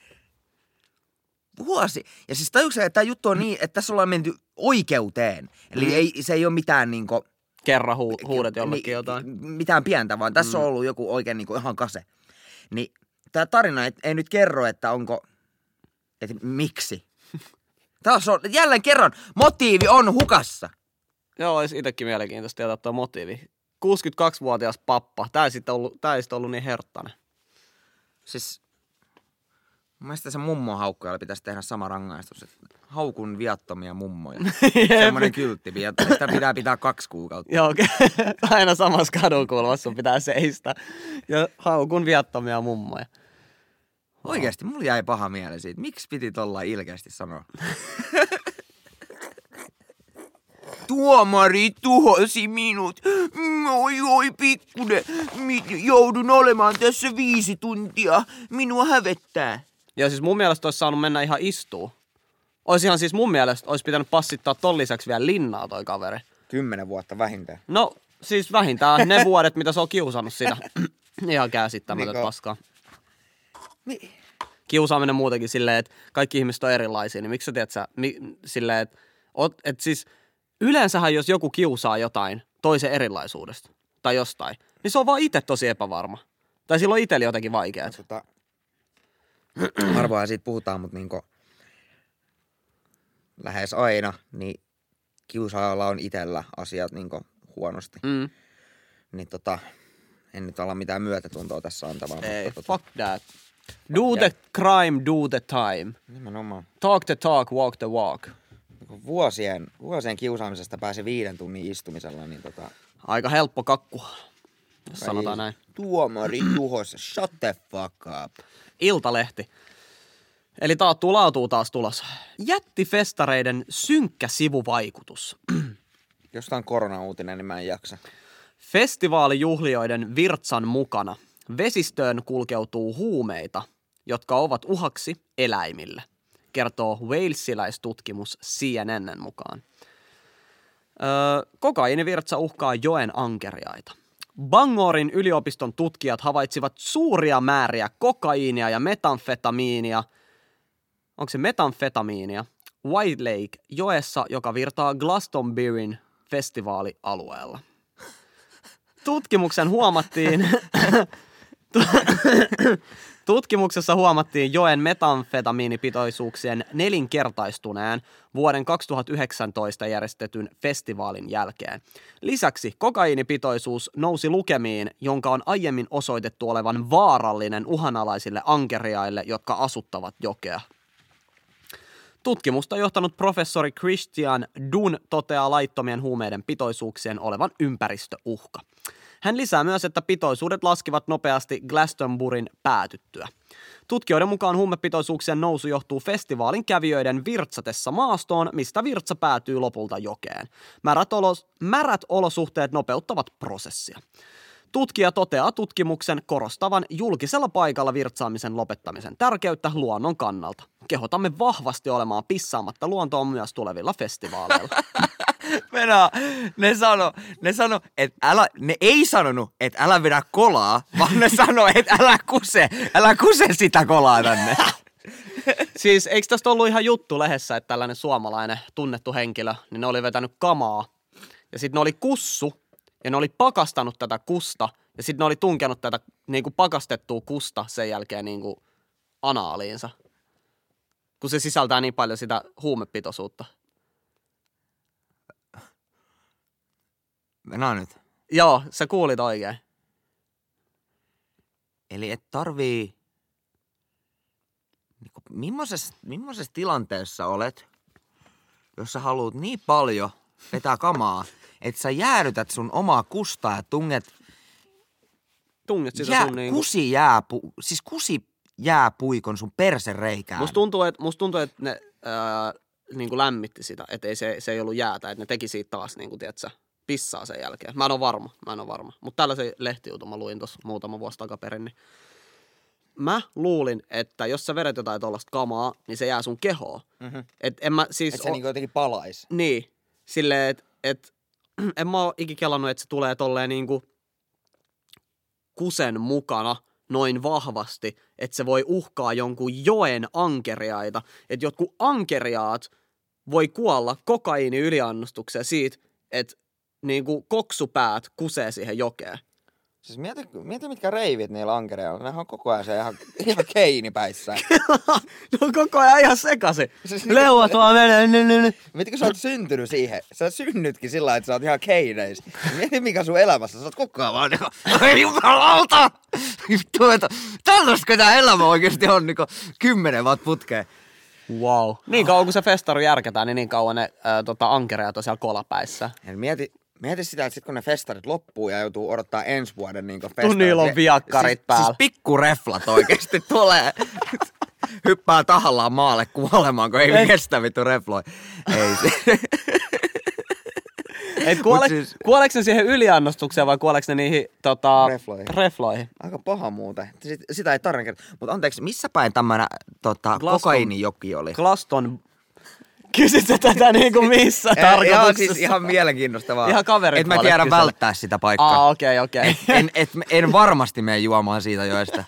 Vuosi. Ja siis tajuuksä, että tämä juttu on niin, että tässä ollaan menty oikeuteen. Eli mm. ei, se ei ole mitään niinku... Kerran hu- huudet jollekin ni, jotain. Mitään pientä, vaan tässä mm. on ollut joku oikein niinku ihan kase. Niin tämä tarina ei, ei nyt kerro, että onko... Että miksi? Taas on, jälleen kerran, motiivi on hukassa. Joo, olisi itsekin mielenkiintoista tietää tuo motiivi. kuusikymmentäkaksivuotias pappa. Tää ei sitten ollut, tää ei sitten ollut niin herttainen. Siis... Mun mielestä se mummon haukkojalle pitäisi tehdä sama rangaistus, että haukun viattomia mummoja. Semmoinen kyltti, sitä pitää pitää kaksi kuukautta. Joo, aina samassa kadunkulmassa sun pitää seistä. Ja haukun viattomia mummoja. Oikeesti, mulla jäi paha mieli siitä. Miksi piti tolla ilkeästi sanoa? Tuomari tuhosi minut. Oi, oi, pikkunen. Joudun olemaan tässä viisi tuntia. Minua hävettää. Ja siis mun mielestä olisi saanut mennä ihan istuu. Olisi ihan siis mun mielestä, olisi pitänyt passittaa ton lisäksi vielä linnaa toi kaveri. Kymmenen vuotta vähintään. No siis vähintään ne vuodet, mitä se on kiusannut sitä. Ihan käsittämätöntä Niko. paskaa. Mi- Kiusaaminen muutenkin silleen, että kaikki ihmiset on erilaisia, niin miksi sä tiedät sä, mi, silleen, että et siis yleensähän jos joku kiusaa jotain toisen erilaisuudesta tai jostain, niin se on vaan itse tosi epävarma. Tai silloin itsellä jotenkin vaikeaa. Tota, harvoin siitä puhutaan, mutta niinku lähes aina, niin kiusaajalla on itsellä asiat niinku huonosti. Mm. Niin tota, en nyt ala mitään myötätuntoa tässä antamaan. Ei, mutta, fuck that. Do the crime, do the time. Nimenomaan. Talk the talk, walk the walk. Vuosien, vuosien kiusaamisesta pääsi viiden tunnin istumisella, niin tota... Aika helppo kakku, jos sanotaan näin. Tuomari tuhos, shut the fuck up. Iltalehti. Eli taattuu laatuu taas tulos. Jättifestareiden synkkä sivuvaikutus. Jos tää on korona-uutinen, niin mä en jaksa. Festivaalijuhlijoiden virtsan mukana vesistöön kulkeutuu huumeita, jotka ovat uhaksi eläimille, kertoo walesiläistutkimus C N N:n mukaan. Öö, kokaiinivirtsa uhkaa joen ankeriaita. Bangorin yliopiston tutkijat havaitsivat suuria määriä kokaiinia ja metamfetamiinia. Onko se metamfetamiinia? White Lake joessa, joka virtaa Glastonburyn festivaalialueella. Tutkimuksen huomattiin... Tutkimuksessa huomattiin joen metamfetamiinipitoisuuksien nelinkertaistuneen vuoden kaksituhattayhdeksäntoista järjestetyn festivaalin jälkeen. Lisäksi kokaiinipitoisuus nousi lukemiin, jonka on aiemmin osoitettu olevan vaarallinen uhanalaisille ankeriaille, jotka asuttavat jokea. Tutkimusta johtanut professori Christian Dunn toteaa laittomien huumeiden pitoisuuksien olevan ympäristöuhka. Hän lisää myös, että pitoisuudet laskivat nopeasti Glastonburyn päätyttyä. Tutkijoiden mukaan huumepitoisuuksien nousu johtuu festivaalin kävijöiden virtsatessa maastoon, mistä virtsa päätyy lopulta jokeen. Märät, olos, märät olosuhteet nopeuttavat prosessia. Tutkija toteaa tutkimuksen korostavan julkisella paikalla virtsaamisen lopettamisen tärkeyttä luonnon kannalta. Kehotamme vahvasti olemaan pissaamatta luontoon myös tulevilla festivaaleilla. Mennään, ne sano, ne sano, että älä, ne ei sanonut, että älä vedä kolaa, vaan ne sano, että älä kuse, älä kuse sitä kolaa tänne. Siis eikö tästä ollut ihan juttu lehdessä, että tällainen suomalainen tunnettu henkilö, niin ne oli vetänyt kamaa. Ja sitten ne oli kussu, ja ne oli pakastanut tätä kusta, ja sitten ne oli tunkenut tätä niinku pakastettua kusta sen jälkeen niinku anaaliinsa. Kun se sisältää niin paljon sitä huumepitoisuutta. No nyt. Joo, sä kuulit oikein. Eli et tarvii... Niinku, millaisessa, millaisessa tilanteessa olet, jos sä haluat niin paljon vetää kamaa, että sä jäädytät sun omaa kustaa ja tunget... Tunget sitä Jää, sun niinku... kusi jääpu... Siis kusi jääpuikon sun persereikään. Musta tuntuu, että, musta tuntuu, että ne ää, niinku lämmitti sitä, että ei, se, se ei ollut jäätä, että ne teki siitä taas, niinku, tiedätkö, pissaa sen jälkeen. Mä en ole varma, mä en ole varma. Mutta tällaisen lehtijutun mä luin tuossa muutama vuosi takaperin, niin mä luulin, että jos sä vedät jotain tollaista kamaa, niin se jää sun kehoon. Mm-hmm. Et en mä siis... Että se o- niinku jotenkin palais. Niin, silleen, että et, en mä oo ikinä kelannut, että se tulee tolleen niinku kusen mukana noin vahvasti, että se voi uhkaa jonkun joen ankeriaita. Että jotkut ankeriaat voi kuolla kokaiini yliannostukseen siitä, että niinku koksupäät kusee siihen jokeen. Siis mieti, mieti mitkä reivit niillä ankereilla. Nehän on koko ajan se ihan, ihan keinipäissään. No koko ajan ihan sekaisin. Siis Leuat vaan menee. Mieti, kun sä oot syntynyt siihen. Sä synnytkin sillä, että sä oot ihan keineis. Mieti, mikä sun elämässä. Sä oot koko ajan vaan niinku, ei jumalauta! Vittu, että tällaista tää elämä oikeesti on niinku kymmenen vaat putkeen. Wow. Niin kauan kun se festaru järkätään, niin niin kauan ne ää, tota, ankereat on siellä kolapäissä. Ja mieti, mieti sitä, että sit kun ne festarit loppuu ja joutuu odottaa ensi vuoden niinku festarit. Kun niillä on viakkarit siis, päällä. Siis pikkureflat oikeesti tulee. Hyppää tahallaan maalle kuolemaan, kun ei Et... kestä vittu refloi. Ei se. Et kuole, siis... Kuoleeko ne siihen yliannostukseen vai kuoleeko ne niihin tota, refloihin. refloihin? Aika paha muuten. Sit, sitä ei tarvitse kertoa. Mutta anteeksi, missä päin tämmönen tota, Glaston- kokainijoki oli? Glaston. Kysytkö tätä niinku missä tarkoituksessa? Ihan siis ihan mielenkiinnostavaa. Ihan kaverit Et mä puolet tiedä kysellä. välttää sitä paikkaa. Aa, okei, okay, okei. Okay. En, et, en varmasti mene juomaan siitä joesta.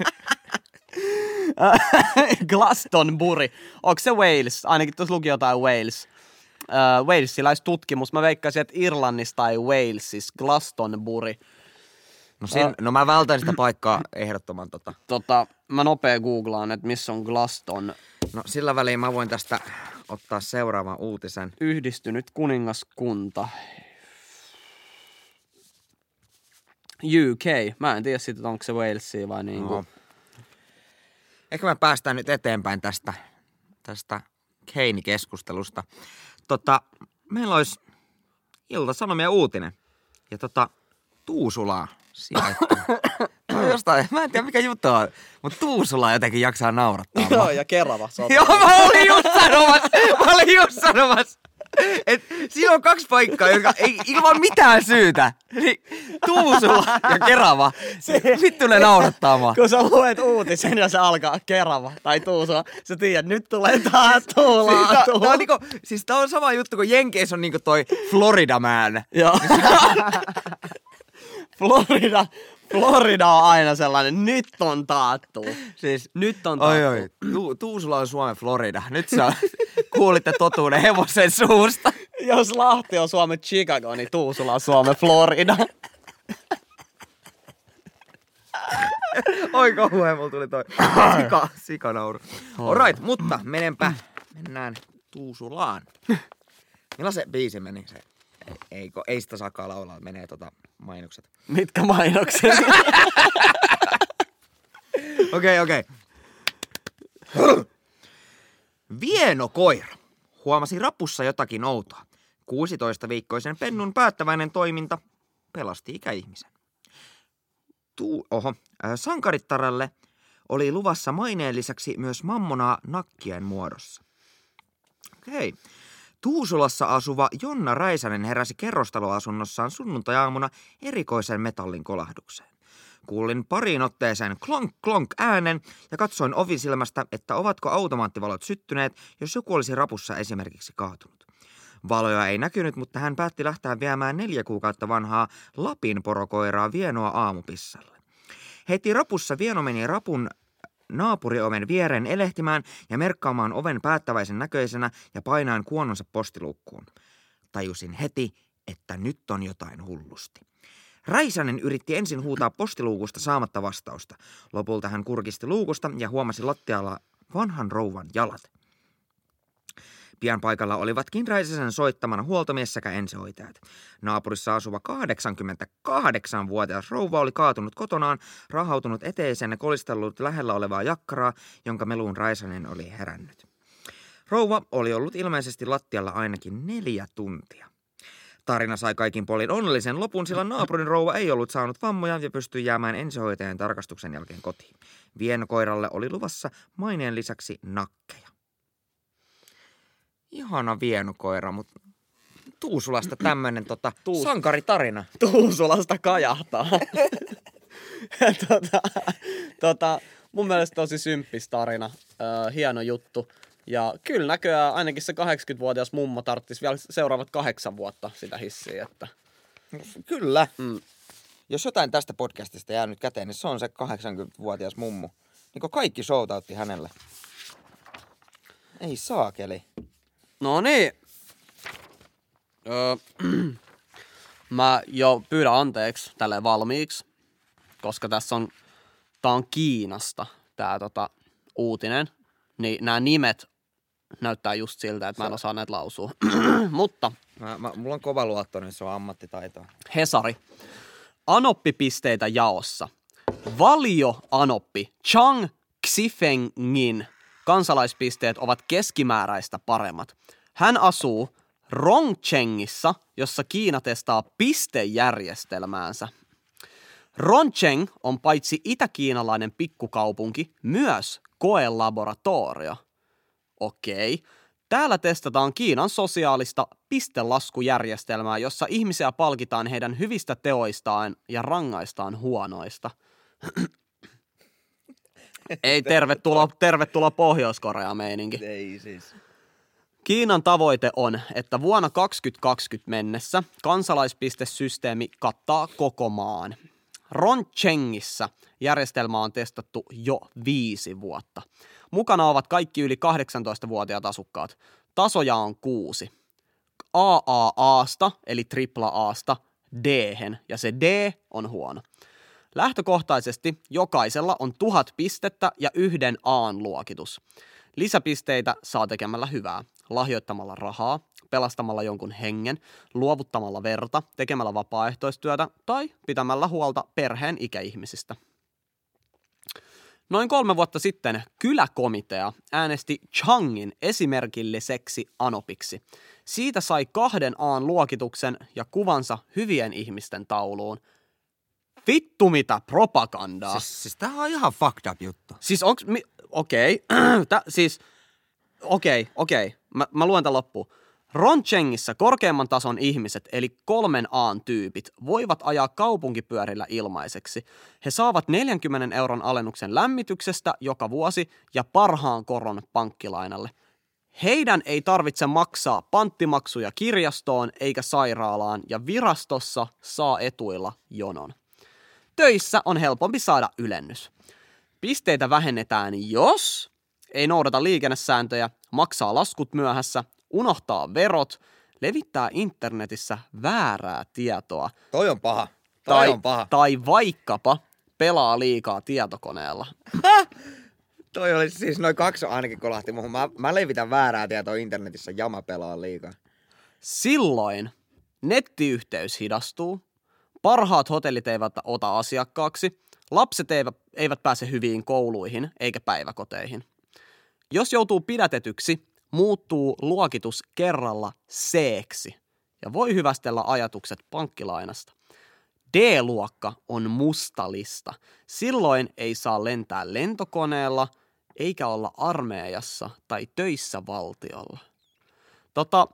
Glastonbury. Onko se Wales? Ainakin tuossa luki jotain Wales. Uh, Walesilaistutkimus. Mä veikkaisin, että Irlannissa tai Walesissa. Glastonbury. No, sin, no mä vältän sitä paikkaa ehdottoman tota. Tota, mä nopea googlaan, että missä on Glaston. No sillä väliin mä voin tästä ottaa seuraavan uutisen. Yhdistynyt kuningaskunta. U K. Mä en tiedä sitten, onko se Walesia vai niinku. No. Ehkä me päästään nyt eteenpäin tästä, tästä Keini-keskustelusta. Tota, meillä olisi Ilta-Sanomien uutinen. Ja tota, Tuusulaa sijoittuu. No jostain, mä en tiedä mikä juttu on, mutta Tuusulaa jotenkin jaksaa naurattaa. Joo, ja Kerava. Joo, mä olin just sanomassa, mä olin just sanomassa. Et siinä on kaksi paikkaa, jotka ei ilman mitään syytä. Niin Tuusula ja Kerava. Se, vittu ne naurattaa mua. Kun sä luet uutisen ja se alkaa Kerava tai Tuusula, sä tiedät, nyt tulee taas Tuulaa. Siis, tää, tää on niinku, siis tää on sama juttu kuin Jenkeissä on niinku toi Florida Man. Joo. Florida, Florida on aina sellainen, nyt on taattu. Siis nyt on taattu. Oi, oi. Tu, Tuusula on Suomen Florida. Nyt sä kuulitte totuuden hevosen suusta. Jos Lahti on Suomen Chicago, niin Tuusula on Suomen Florida. Oi kauhean, mulla tuli toi sika, sikanauru. Alright, mutta menenpä, mennään Tuusulaan. Millaisen biisi meni se? Ei, ei, ei sitä saakaan laulaa, menee tota mainokset. Mitkä mainokset? Okei, okei. Vienokoira huomasi rapussa jotakin outoa. kuusitoistaviikkoisen pennun päättäväinen toiminta pelasti ikäihmisen. Tuu, oho, äh, sankarittaralle oli luvassa maineen lisäksi myös mammonaa nakkien muodossa. Okei. Tuusulassa asuva Jonna Räisänen heräsi kerrostaloasunnossaan sunnuntai-aamuna erikoisen metallin kolahdukseen. Kuulin pariin otteeseen klonk klonk äänen ja katsoin ovisilmästä, että ovatko automaattivalot syttyneet, jos joku olisi rapussa esimerkiksi kaatunut. Valoja ei näkynyt, mutta hän päätti lähteä viemään neljä kuukautta vanhaa Lapin porokoiraa Vienoa aamupissalle. Heti rapussa Vieno meni rapun naapurioven viereen elehtimään ja merkkaamaan oven päättäväisen näköisenä ja painaen kuononsa postiluukkuun. Tajusin heti, että nyt on jotain hullusti. Räisänen yritti ensin huutaa postiluukusta saamatta vastausta. Lopulta hän kurkisti luukusta ja huomasi lattialla vanhan rouvan jalat. Pian paikalla olivatkin Räisäsen soittamana huoltomies sekä ensihoitajat. Naapurissa asuva kahdeksankymmentäkahdeksanvuotias rouva oli kaatunut kotonaan, rahautunut eteiseen ja kolistellut lähellä olevaa jakkaraa, jonka meluun Räisänen oli herännyt. Rouva oli ollut ilmeisesti lattialla ainakin neljä tuntia. Tarina sai kaikin puolin onnellisen lopun, sillä naapurin rouva ei ollut saanut vammoja ja pystyi jäämään ensihoitajan tarkastuksen jälkeen kotiin. Vienokoiralle oli luvassa maineen lisäksi nakkeja. Ihana vienokoira, mutta Tuusulasta tämmönen tota, Tuus- sankaritarina. Tuusulasta kajahtaa. tota, tota, mun mielestä tosi symppis tarina. Öö, hieno juttu. Ja kyllä näköjään ainakin se kahdeksankymmentävuotias mummo tarttisi vielä seuraavat kahdeksan vuotta sitä hissiä. Että... Kyllä. Mm. Jos jotain tästä podcastista jää nyt käteen, niin se on se kahdeksankymmentävuotias mummu. Niin kuin kaikki shoutoutti hänelle. Ei saakeli. No niin. Öö, mä jo pyydän anteeksi tälleen valmiiksi, koska tässä on, tää on Kiinasta tää tota, uutinen. Niin nämä nimet näyttää just siltä, että mä en osaa näitä lausua. Mutta. Mä, mä, mulla on kova luotto, niin se on ammattitaitoa. Hesari. Anoppipisteitä jaossa. Valio Anoppi Chang Xifengin kansalaispisteet ovat keskimääräistä paremmat. Hän asuu Rongchengissa, jossa Kiina testaa pistejärjestelmäänsä. Rongcheng on paitsi itäkiinalainen pikkukaupunki, myös koelaboratorio. Okei. Täällä testataan Kiinan sosiaalista pistelaskujärjestelmää, jossa ihmisiä palkitaan heidän hyvistä teoistaan ja rangaistaan huonoista. Ei, tervetuloa, tervetuloa Pohjois-Koreaan meininki. Ei siis. Kiinan tavoite on, että vuonna kaksituhattakaksikymmentä mennessä kansalaispistesysteemi kattaa koko maan. Rongchengissä järjestelmä on testattu jo viisi vuotta. Mukana ovat kaikki yli kahdeksantoistavuotiaat asukkaat. Tasoja on kuusi. A A A:sta eli tripla A:sta D:hen ja se D on huono. Lähtökohtaisesti jokaisella on tuhat pistettä ja yhden A:n luokitus. Lisäpisteitä saa tekemällä hyvää, lahjoittamalla rahaa, pelastamalla jonkun hengen, luovuttamalla verta, tekemällä vapaaehtoistyötä tai pitämällä huolta perheen ikäihmisistä. Noin kolme vuotta sitten kyläkomitea äänesti Changin esimerkilliseksi anopiksi. Siitä sai kahden A:n luokituksen ja kuvansa hyvien ihmisten tauluun. Vittu mitä propagandaa. Siis, siis tää on ihan fucked up juttu. Siis onks, mi, okei, okay. siis, okei, okay, okei, okay. mä, mä luen tän loppuun. Rongchengissä korkeamman tason ihmiset, eli kolmen A:n tyypit, voivat ajaa kaupunkipyörillä ilmaiseksi. He saavat neljänkymmenen euron alennuksen lämmityksestä joka vuosi ja parhaan koron pankkilainalle. Heidän ei tarvitse maksaa panttimaksuja kirjastoon eikä sairaalaan ja virastossa saa etuilla jonon. Töissä on helpompi saada ylennys. Pisteitä vähennetään, jos ei noudata liikennesääntöjä, maksaa laskut myöhässä, unohtaa verot, levittää internetissä väärää tietoa. Toi on paha. Toi Tai, on paha. tai vaikkapa pelaa liikaa tietokoneella. Toi oli siis noin kaksi ainakin kolahti muuhun. Mä, mä levitän väärää tietoa internetissä ja mä pelaan liikaa. Silloin nettiyhteys hidastuu, parhaat hotellit eivät ota asiakkaaksi, lapset eivät, eivät pääse hyviin kouluihin eikä päiväkoteihin. Jos joutuu pidätetyksi, muuttuu luokitus kerralla C-ksi ja voi hyvästellä ajatukset pankkilainasta. D-luokka on musta lista. Silloin ei saa lentää lentokoneella eikä olla armeijassa tai töissä valtiolla. Tota,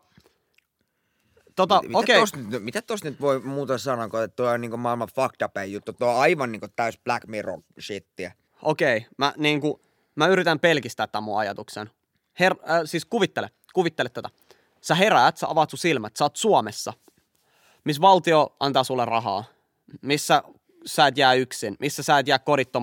tota Mitä okei. tosta nyt, mitä tosta nyt voi muuta sanoa, kun tuo on niinku maailman fucked up juttu. Tuo on aivan niinku täys Black Mirror shittiä. Okei, mä, niinku, mä yritän pelkistää tämän mun ajatuksen. Her, äh, siis kuvittele, kuvittele tätä. Sä heräät, sä avaat sun silmät, sä oot Suomessa, missä valtio antaa sulle rahaa, missä sä et jää yksin, missä sä et jää kodittomaksi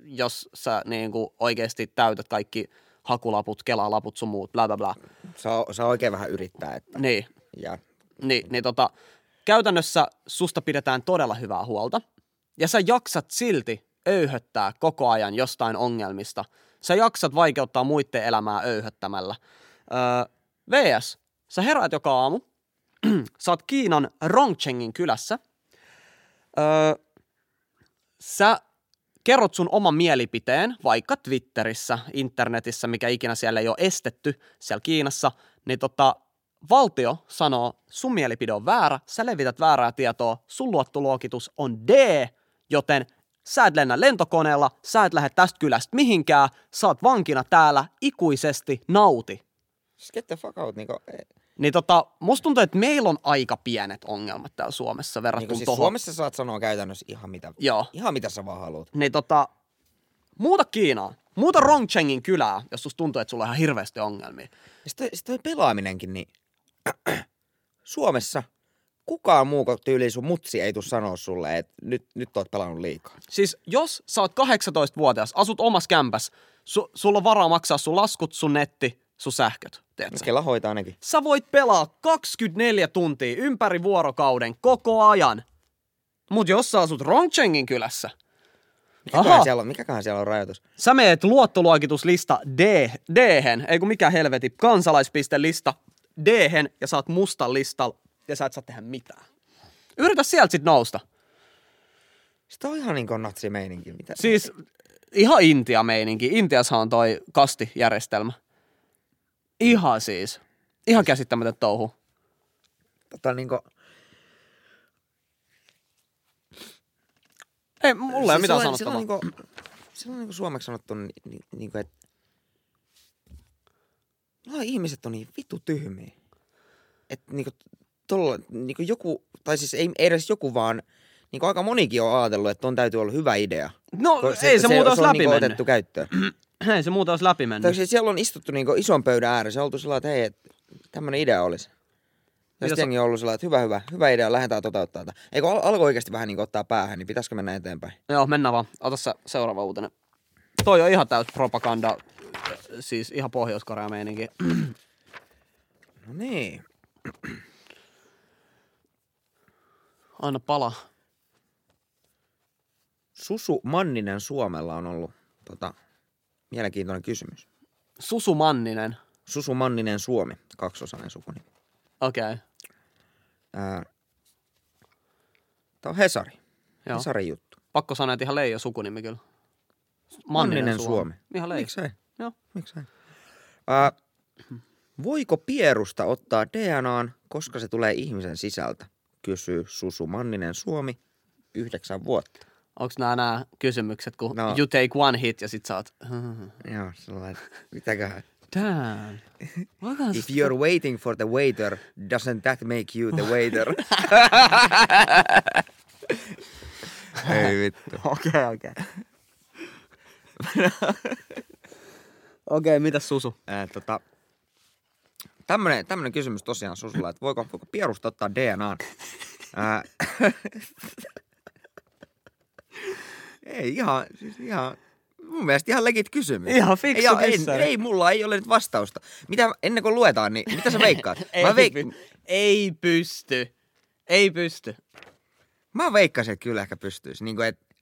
jos sä niin kuin oikeasti täytät kaikki hakulaput, kelalaput sun muut, bla bla bla. Saa, saa oikein vähän yrittää. Että... Niin. Ja... Niin, niin tota, käytännössä susta pidetään todella hyvää huolta. Ja sä jaksat silti öyhöttää koko ajan jostain ongelmista. Sä jaksat vaikeuttaa muiden elämää öyhöttämällä. Öö, V S, sä heräät joka aamu. Sä oot Kiinan Rongchengin kylässä. Öö, sä kerrot sun oman mielipiteen, vaikka Twitterissä, internetissä, mikä ikinä siellä ei ole estetty siellä Kiinassa, niin tota, valtio sanoo, sun mielipide on väärä, sä levität väärää tietoa, sun luottoluokitus on D, joten sä et lennä lentokoneella, sä et lähde tästä kylästä mihinkään, sä oot vankina täällä ikuisesti, nauti. Get the fuck out, niinku... Niin tota, musta tuntuu, että meillä on aika pienet ongelmat täällä Suomessa verrattuna Niin siis tohon. Suomessa saat sanoa käytännössä ihan mitä, Joo. ihan mitä sä vaan haluat. Niin tota, muuta Kiinaa, muuta Rongchengin kylää, jos susta tuntuu, että sulla on ihan hirveästi ongelmia. Ja sitten toi, sit toi pelaaminenkin, niin Suomessa kukaan muu kuin tyyliin sun mutsi ei tuu sanoa sulle, että nyt, nyt oot pelannut liikaa. Siis jos sä oot kahdeksantoistavuotias, asut omassa kämpäs, su, sulla on varaa maksaa sun laskut, sun netti, sun sähköt, tiedätkö? Kela hoitaa nekin. Sä voit pelaa kaksikymmentäneljä tuntia ympäri vuorokauden koko ajan. Mut jos sä asut Rongchengin kylässä, Mikäköhän siellä, on, mikäköhän siellä on rajoitus? sä meet luottoluokituslista D, D-hen, ei kun mikä helveti, kansalaispiste-lista D-hen ja sä oot mustan listalla ja sä et saa tehdä mitään. Yritä sieltä sit nousta. Sitä on ihan niin kuin natsimeininki. Mitä? Siis ihan Intia-meininki. Intiassahan on toi kastijärjestelmä. Ihan siis. Ihan käsittämätön touhu. Tota niin kuin... Ei, mulla ei ole mitään sanottavaa. Silloin niin kuin, silloin niin kuin suomeksi sanottu, niin, niin, niin kuin, että no, ihmiset on niin vittu tyhmiä. Että niin kuin, tolla, niin kuin joku, tai siis ei edes joku, vaan niin kuin aika monikin on ajatellut, että on täytyy olla hyvä idea. No se, ei se, se muuta olisi läpi niin mennyt. otettu käyttöön. Ei se muuta olisi läpi mennyt. Tai siis siellä on istuttu niin kuin ison pöydän ääressä ja oltu sillä että hei, että tämmöinen idea olisi. Ja sitten jengi on ollut sillä että hyvä, hyvä, hyvä idea, lähdetään toteuttaa tätä. Eikö al- alkoi oikeasti vähän niin kuin ottaa päähän, niin pitäisikö mennä eteenpäin? Joo, mennään vaan. Ota se seuraava uutinen. Toi on ihan täys propaganda, siis ihan Pohjois-Korea meininki. No niin. Anna pala. Susu Manninen Suomella on ollut tota, mielenkiintoinen kysymys. Susu Manninen. Susu Manninen Suomi, kaksosainen sukunimi. Okei. Okay. Ää, Tämä on Hesari. Joo. Hesarin juttu. Pakko sanoa, että ihan Leijo sukunimi kyllä. Manninen, Manninen Suomi. Suomi. Ihan Leijo. Miksei? Joo. Miksei? Ää, voiko pierusta ottaa D N A:n, koska se tulee ihmisen sisältä? Kysyy Susu Manninen Suomi, yhdeksän vuotta. Onko nämä nämä kysymykset, kun No. you take one hit ja sit sä oot... Joo, sellainen. Mitäköhän? Damn. If you're waiting for the waiter, doesn't that make you the waiter? Ei vittu. Okei, okei. Okei, mitäs Susu? Ää, tota, tämmönen, tämmönen kysymys tosiaan Susulla, että voiko, voiko pierusta ottaa D N A:n? Ää, ei ihan, siis ihan, mun mielestä ihan legit kysymys. Ihan fiksu ei, ei, kyssäri. ei, mulla ei ole nyt vastausta. Mitä, ennen kuin luetaan, niin mitä sä veikkaat? ei, Mä, veik- py- ei pysty. Ei pysty. mä veikkasin, että kyllä ehkä pystyisi. Niin kuin, että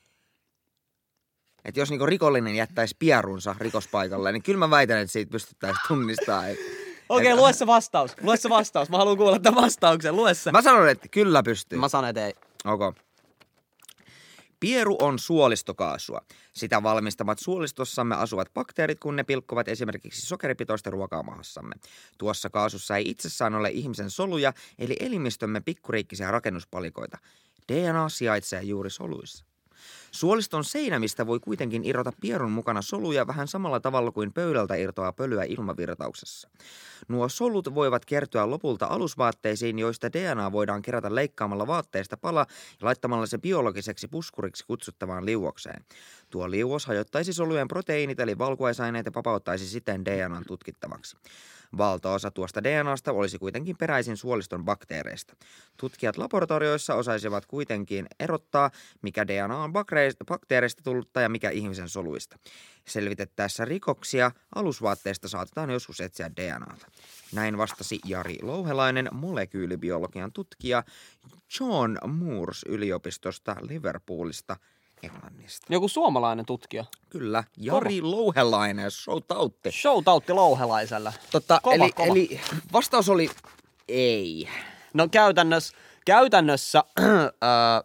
et jos niin kuin rikollinen jättäisi pierunsa rikospaikalle, niin kyllä mä väitän, että siitä pystyttäisiin tunnistamaan. Et, Okei, et- lue se vastaus. Lue se vastaus. Mä haluan kuulla tämän vastauksen. Lue se. Mä sanon, että kyllä pystyy. Mä sanon, että ei. Okay. Pieru on suolistokaasua. Sitä valmistamat suolistossamme asuvat bakteerit, kun ne pilkkuvat esimerkiksi sokeripitoista ruokaa mahassamme. Tuossa kaasussa ei itsessään ole ihmisen soluja, eli elimistömme pikkuriikkisiä rakennuspalikoita. D N A sijaitsee juuri soluissa. Suoliston seinämistä voi kuitenkin irrota pierun mukana soluja vähän samalla tavalla kuin pöydältä irtoaa pölyä ilmavirtauksessa. Nuo solut voivat kertyä lopulta alusvaatteisiin, joista D N A voidaan kerätä leikkaamalla vaatteesta pala ja laittamalla se biologiseksi puskuriksi kutsuttavaan liuokseen. Tuo liuos hajottaisi solujen proteiinit eli valkuaisaineet ja vapauttaisi siten D N A:n tutkittavaksi. Valtaosa tuosta D N A:sta olisi kuitenkin peräisin suoliston bakteereista. Tutkijat laboratorioissa osaisivat kuitenkin erottaa, mikä D N A on bakteereista tullutta ja mikä ihmisen soluista. Selvitettäessä rikoksia alusvaatteesta saatetaan joskus etsiä D N A:ta. Näin vastasi Jari Louhelainen, molekyylibiologian tutkija John Moores yliopistosta Liverpoolista, Englannista. Joku suomalainen tutkija. Kyllä, Jari kova. Louhelainen, shoutoutti. Shoutoutti Louhelaiselle. Tota, kova, eli, kova. eli vastaus oli ei. No käytännössä, käytännössä äh,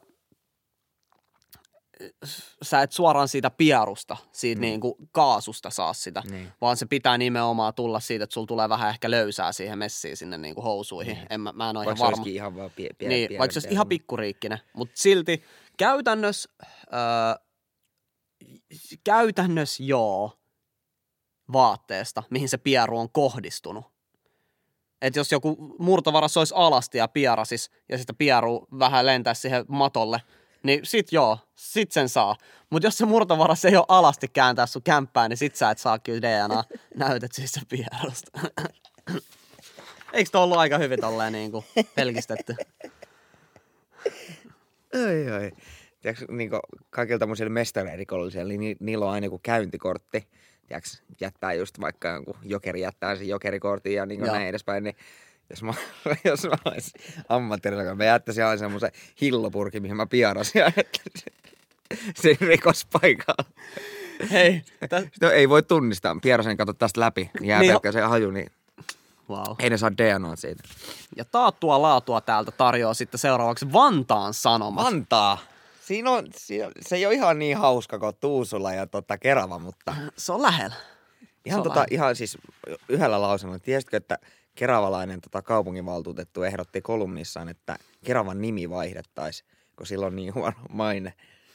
sä et suoraan siitä pierusta, siitä mm. niinku kaasusta saa sitä, niin. Vaan se pitää nimenomaan tulla siitä, että sulla tulee vähän ehkä löysää siihen messiin sinne niinku housuihin. Niin. En, mä, mä en ole ihan varma. Vaikka se ihan vaan pie, pie, niin, pie, vaikka se olisi ihan pikkuriikkinen, mutta silti käytännössä, äh, käytännössä joo vaatteesta, mihin se pieru on kohdistunut. Että jos joku murtovaras olisi alasti ja pierasis ja sitä pieru vähän lentäisi siihen matolle, niin sit joo, sit sen saa. Mutta jos se murtovaras ei ole alasti kääntää sun kämppää, niin sit sä et saa kyllä D N A-näytet siitä pierusta. Eikö toi ollut aika hyvin tolleen niinku pelkistetty? Ai ai. Tiedätkö, niin kaikilla tämmöisillä mestaririkollisilla, niin ni, niillä on aina joku käyntikortti. Tiedätkö, jättää just vaikka jonkun jokeri jättää sen jokerikortin ja niin näin edespäin, niin jos mä, jos mä olisin ammattilainen, mä jättäisin aina semmoisen hillopurkin, mihin mä piarasin ja sen rikospaikalla. Hei. Täs... Sitä ei voi tunnistaa. Piarasen kato tästä läpi, jää niin pelkkä se haju, niin wow. Ei ne saa D N A siitä. Ja taattua laatua täältä tarjoaa sitten seuraavaksi Vantaan Sanomat. Vantaa! Siinä on, siinä on, se ei ole ihan niin hauska kuin Tuusula ja tota Kerava, mutta... Se on lähellä. Ihan, on tota, lähellä. Ihan siis yhdellä lausunnolla. Tiesitkö, että keravalainen tota, kaupunginvaltuutettu ehdotti kolumnissaan, että Keravan nimi vaihdettaisiin, kun sillä on niin huono maine.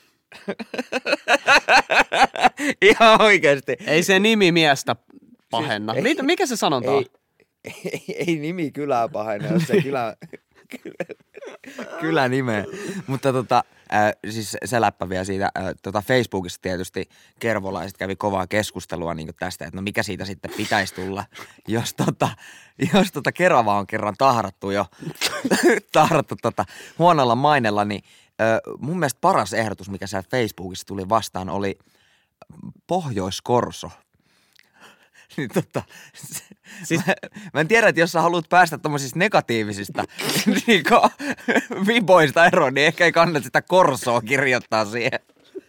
Ihan oikeasti. Ei se nimi miestä pahenna. Siis, ei, Mikä se sanonta on? Ei, ei, ei nimi kylää pahenna, jos se kylä... Kyllä nimeä. Mutta tota, äh, siis se läppä vielä siitä, äh, tota Facebookissa tietysti kervolaiset kävi kovaa keskustelua niin tästä, että no mikä siitä sitten pitäisi tulla, jos tota, jos tota Kerava on kerran tahrattu jo, tahrattu tota huonolla mainella, niin äh, mun mielestä paras ehdotus, mikä siellä Facebookissa tuli vastaan, oli Pohjois-Korso. Niin tota, se, siis, mä, mä en tiedä, että jos sä haluat päästä tommosista negatiivisista niin viboista eroon, niin ehkä ei kannata sitä korsoa kirjoittaa siihen.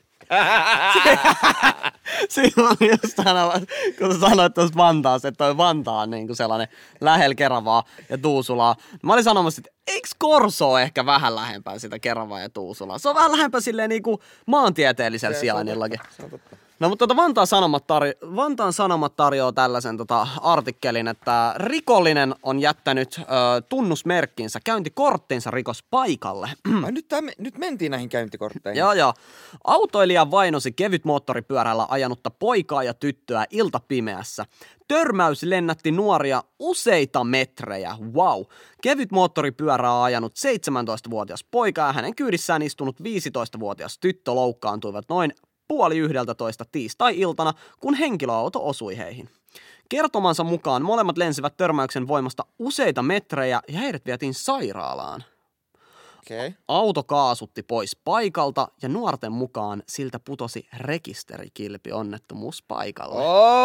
Siinä oli just sanoa, kun sä sanoit tuosta Vantaasta, että toi Vantaa on niin sellainen lähellä Keravaa ja Tuusulaa. Mä olin sanomassa, että eikö Korso ole ehkä vähän lähempää sitä Keravaa ja Tuusulaa? Se on vähän lähempää silleen niin kuin maantieteellisellä sijainnillakin. No mutta tota Vantaan Sanomat, tarjo- Vantaan Sanomat tarjoaa tällaisen tota artikkelin, että rikollinen on jättänyt ö, tunnusmerkkinsä, käyntikorttinsa rikospaikalle. Ai, nyt, tämän, nyt mentiin näihin käyntikortteihin. Joo joo. Autoilija vainosi kevyt moottoripyörällä ajanutta poikaa ja tyttöä iltapimeässä. Törmäys lennätti nuoria useita metrejä. Wow. Kevyt moottoripyörää ajanut seitsemäntoistavuotias poika ja hänen kyydissään istunut viisitoistavuotias tyttö loukkaantuivat noin puoli yhdeltä toista tiistai-iltana, kun henkilöauto osui heihin. Kertomansa mukaan molemmat lensivät törmäyksen voimasta useita metrejä ja heidät vietiin sairaalaan. Okay. Auto kaasutti pois paikalta ja nuorten mukaan siltä putosi rekisterikilpi onnettomuuspaikalle.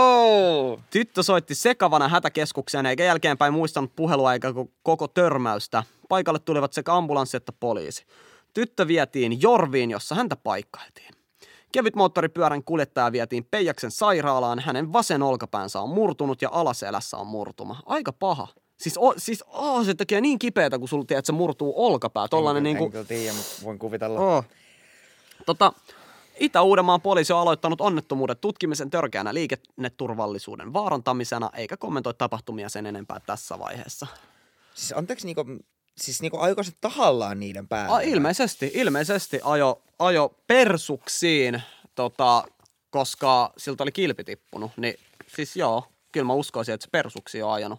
Oh! Tyttö soitti sekavana hätäkeskukseen eikä jälkeenpäin muistanut puhelua eikä koko törmäystä. Paikalle tulivat sekä ambulanssi että poliisi. Tyttö vietiin Jorviin, jossa häntä paikkailtiin. Kevyt moottoripyörän kuljettaja vietiin Peijaksen sairaalaan. Hänen vasen olkapäänsä on murtunut ja alaselässä on murtuma. Aika paha. Siis, o, siis oh, se tekee niin kipeätä, kun sulla tiedät, että se murtuu olkapää. Tollainen en, niin kuin... en kyllä tiedä, mutta voin kuvitella. Oh. Tota, Itä-Uudenmaan poliisi on aloittanut onnettomuuden tutkimisen törkeänä liikenneturvallisuuden vaarantamisena, eikä kommentoi tapahtumia sen enempää tässä vaiheessa. Siis anteeksi, niinku, siis niinku ajoiko se tahallaan niiden päälle? Ah, ilmeisesti, ilmeisesti ajo, ajo persuksiin, tota, koska siltä oli kilpi tippunut. Niin siis joo, kyllä mä uskoisin, että se persuksiin on ajanut.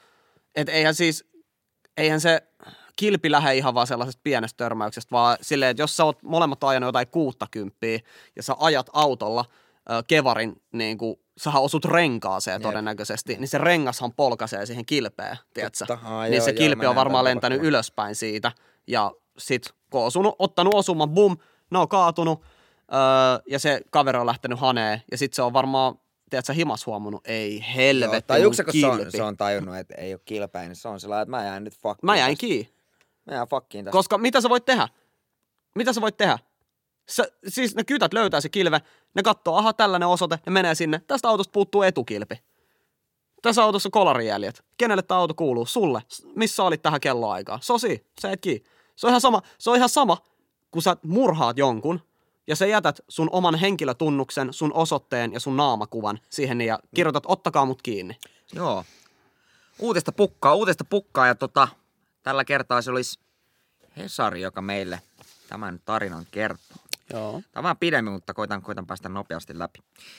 Et eihän siis, eihän se kilpi lähde ihan vaan sellaisesta pienestä törmäyksestä, vaan silleen, että jos sä oot molemmat ajanut jotain kuuttakymppiä ja sä ajat autolla ö, kevarin niin kuin sähän osut renkaaseen Jep. todennäköisesti, niin se rengashan polkaisee siihen kilpeen, tiedätkö? Totta, aa, niin joo, se joo, kilpi mä on näen varmaan tämän lentänyt tapahtuman. ylöspäin siitä, ja sit kun on osunut, ottanut osuman, bum, ne on kaatunut, öö, ja se kaveri on lähtenyt haneen, ja sit se on varmaan, tiedätkö, himas huomannut, ei helvetti, mun tajuuksä, kun se on, kilpi. se on tajunnut, että ei ole kilpeä, niin se on sellainen, että mä jään nyt fuckiin. Mä jäin tästä. kiinni. Mä jään fuckiin tästä. Koska mitä sä voit tehdä? Mitä sä voit tehdä? Sä, siis ne kytät löytää se kilve, ne katsoo, aha, tällainen osoite, ne menee sinne. Tästä autosta puuttuu etukilpi. Tässä autossa on kolarijäljet. Kenelle tämä auto kuuluu? Sulle. Missä olit tähän kelloaikaan? Sosi, sä et kiinni. Se on ihan sama, se on ihan sama, kun sä murhaat jonkun ja sä jätät sun oman henkilötunnuksen, sun osoitteen ja sun naamakuvan siihen ja kirjoitat, ottakaa mut kiinni. Joo. Uutista pukkaa, uutista pukkaa ja tota, tällä kertaa se olisi Hesari, joka meille tämän tarinan kertoo. Joo. Tämä on vähän pidemmin, mutta koitan, koitan päästä nopeasti läpi.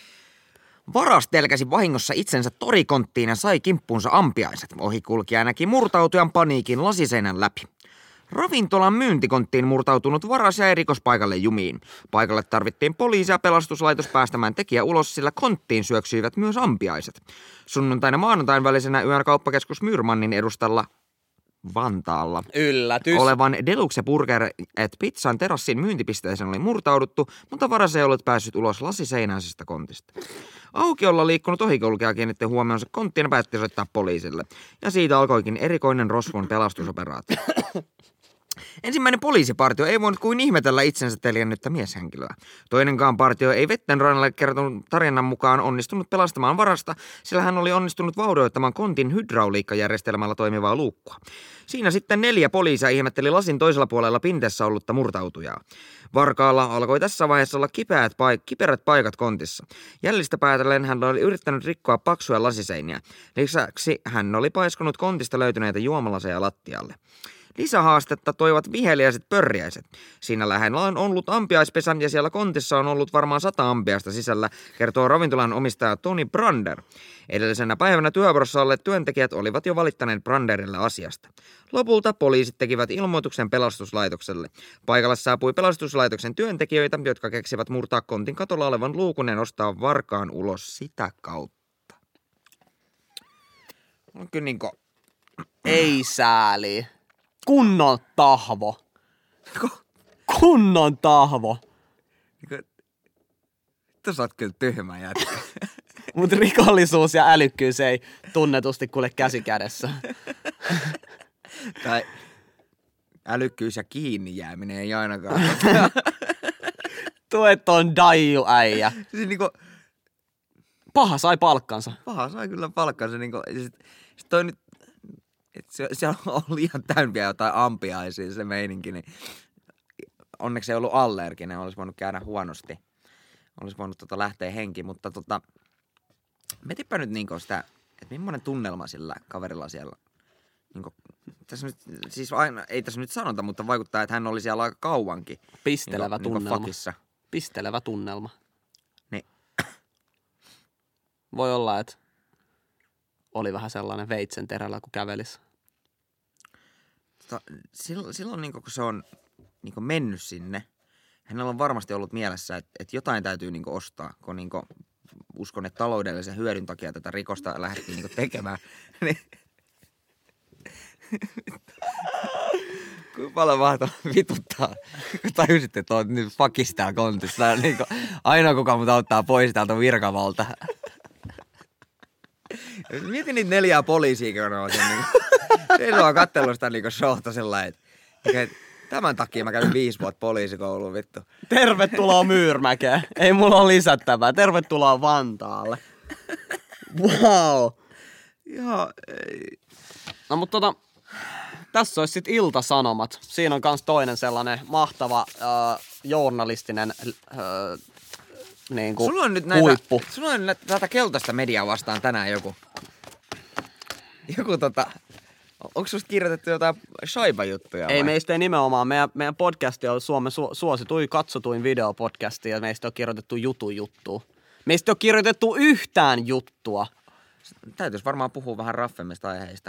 Varas telkäsi vahingossa itsensä torikonttiin ja sai kimppuunsa ampiaiset. Ohikulkija näki murtautujan paniikin lasiseinän läpi. Ravintolan myyntikonttiin murtautunut varas jäi rikospaikalle jumiin. Paikalle tarvittiin poliisi ja pelastuslaitos päästämään tekijä ulos, sillä konttiin syöksyivät myös ampiaiset. Sunnuntaina maanantain välisenä yön kauppakeskus Myyrmannin edustalla Vantaalla Yllätys. olevan Deluxe Burger et Pizzan terassin myyntipisteeseen oli murtauduttu, mutta varas ei ollut päässyt ulos lasiseinäisestä kontista. Aukiolla liikkunut ohikulkija kiinnitti huomionsa konttiin ja päätti soittaa poliisille. Ja siitä alkoikin erikoinen rosvon pelastusoperaatio. Ensimmäinen poliisipartio ei voinut kuin ihmetellä itsensä teljännyttä mieshenkilöä. Toinenkaan partio ei vetten rannalle kertonut tarinan mukaan onnistunut pelastamaan varasta, sillä hän oli onnistunut vaurioittamaan kontin hydrauliikkajärjestelmällä toimivaa luukkua. Siinä sitten neljä poliisia ihmetteli lasin toisella puolella pinteessä ollutta murtautujaa. Varkaalla alkoi tässä vaiheessa olla kipeät paik- kiperät paikat kontissa. Jäljistä päätellen hän oli yrittänyt rikkoa paksuja lasiseiniä. Lisäksi hän oli paiskonut kontista löytyneitä juomalaseja lattialle. Lisähaastetta toivat viheliäiset pörriäiset. Siinä lähellä on ollut ampiaispesän ja siellä kontissa on ollut varmaan sata ampiaista sisällä, kertoo ravintolan omistaja Toni Brander. Edellisenä päivänä työvuorossa olleet työntekijät olivat jo valittaneet Branderille asiasta. Lopulta poliisit tekivät ilmoituksen pelastuslaitokselle. Paikalle saapui pelastuslaitoksen työntekijöitä, jotka keksivät murtaa kontin katolla olevan luukun ja nostaa varkaan ulos sitä kautta. On kyllä niinku... Ei sääli. Kunnon tahvo. Kunnon tahvo. Vittu sä oot kyllä tyhmä jätkä. Mut rikollisuus ja älykkyys ei tunnetusti kuule käsi kädessä. Tai älykkyys ja kiinni jääminen ei ainakaan. Tuet on daiju äijä. Siis niinku, Paha sai palkkansa. paha sai kyllä palkkansa. Niinku, sit, sit toi nyt, et se, se on liian täynnä jotain ampiaisia se meininki, niin onneksi ei ollut allerginen, olisi voinut käydä huonosti. Olisi voinut tota lähteä henki, mutta tota, mietipä nyt niinku sitä, että millainen tunnelma sillä kaverilla siellä. Niinku, tässä nyt, siis aina, ei tässä nyt sanota, mutta vaikuttaa, että hän oli siellä aika kauankin. Pistelevä niinku, tunnelma. Niinku fakissa. Pistelevä tunnelma. Niin. Voi olla, että oli vähän sellainen veitsen terällä, kun kävelisi. Tota, silloin, silloin niinku, kun se on niinku mennyt sinne, hänellä on varmasti ollut mielessä, että, että jotain täytyy niinku ostaa, kun niinku, uskon, että taloudellisen hyödyn takia tätä rikosta lähdettiin niinku tekemään. Niin. Kuinka paljon mahtaa vituttaa, kun tajusitte, että olet nyt fakistaa kontissa. Niin ainoa kuka mut auttaa pois täältä virkavalta. Mietin niitä neljää poliisia, kun ne on sen niin kuin, ne on katsellut sitä niin showta sellainen, että, että tämän takia mä kävin viisi vuotta poliisikouluun, vittu. Tervetuloa Myyrmäkeen. Ei mulla ole lisättävää. Tervetuloa Vantaalle. Wow. Joo, ei. No mutta tota, tässä olisi sitten Ilta-Sanomat. Siinä on kans toinen sellainen mahtava äh, journalistinen äh, niin kuin Sulla on nyt näitä, huippu. sulla on nyt tätä keltaista mediaa vastaan tänään joku, joku tota, onko susta kirjoitettu jotain shaiba-juttuja vai? Ei, meistä ei nimenomaan. Meidän, meidän podcasti on Suomen su- suosituin, katsotuin videopodcasti ja meistä on kirjoitettu jutu-juttua. Meistä on kirjoitettu yhtään juttua. Täytyisi varmaan puhua vähän raffemmista aiheista.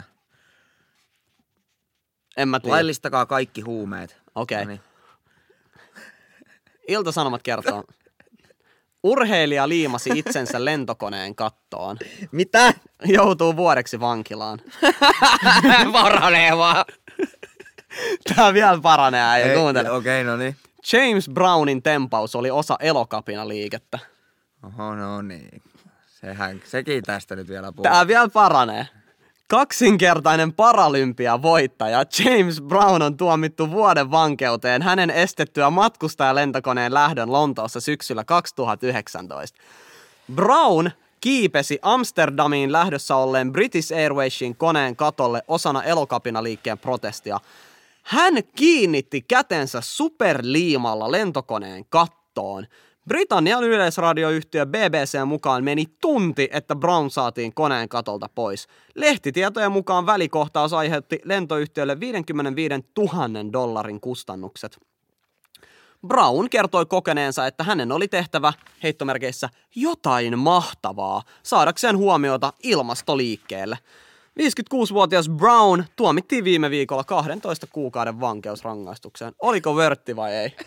En mä tiedä. Laillistakaa kaikki huumeet. Okei. No niin. Ilta-Sanomat kertoo. Urheilija liimasi itsensä lentokoneen kattoon. Mitä? Joutuu vuodeksi vankilaan. Paranee vaan. Tää vielä paranee, äijä, kuuntele. Okei, okay, no niin. James Brownin tempaus oli osa Elokapina-liikettä. Oho, no niin. Sehän, sekin tästä nyt vielä puhuu. Tää vielä paranee. Kaksinkertainen Paralympia-voittaja James Brown on tuomittu vuoden vankeuteen hänen estettyä matkustajalentokoneen lähdön Lontoossa syksyllä kaksituhattayhdeksäntoista. Brown kiipesi Amsterdamiin lähdössä olleen British Airwaysin koneen katolle osana Elokapina-liikkeen protestia. Hän kiinnitti kätensä superliimalla lentokoneen kattoon. Britannian yleisradioyhtiö B B C mukaan meni tunti, että Brown saatiin koneen katolta pois. Lehtitietojen mukaan välikohtaus aiheutti lentoyhtiölle viisikymmentäviisituhatta dollarin kustannukset. Brown kertoi kokeneensa, että hänen oli tehtävä, heittomerkeissä, jotain mahtavaa, saadakseen huomiota ilmastoliikkeelle. viisikymmentäkuusivuotias Brown tuomittiin viime viikolla kahdentoista kuukauden vankeusrangaistukseen. Oliko vörtti vai ei?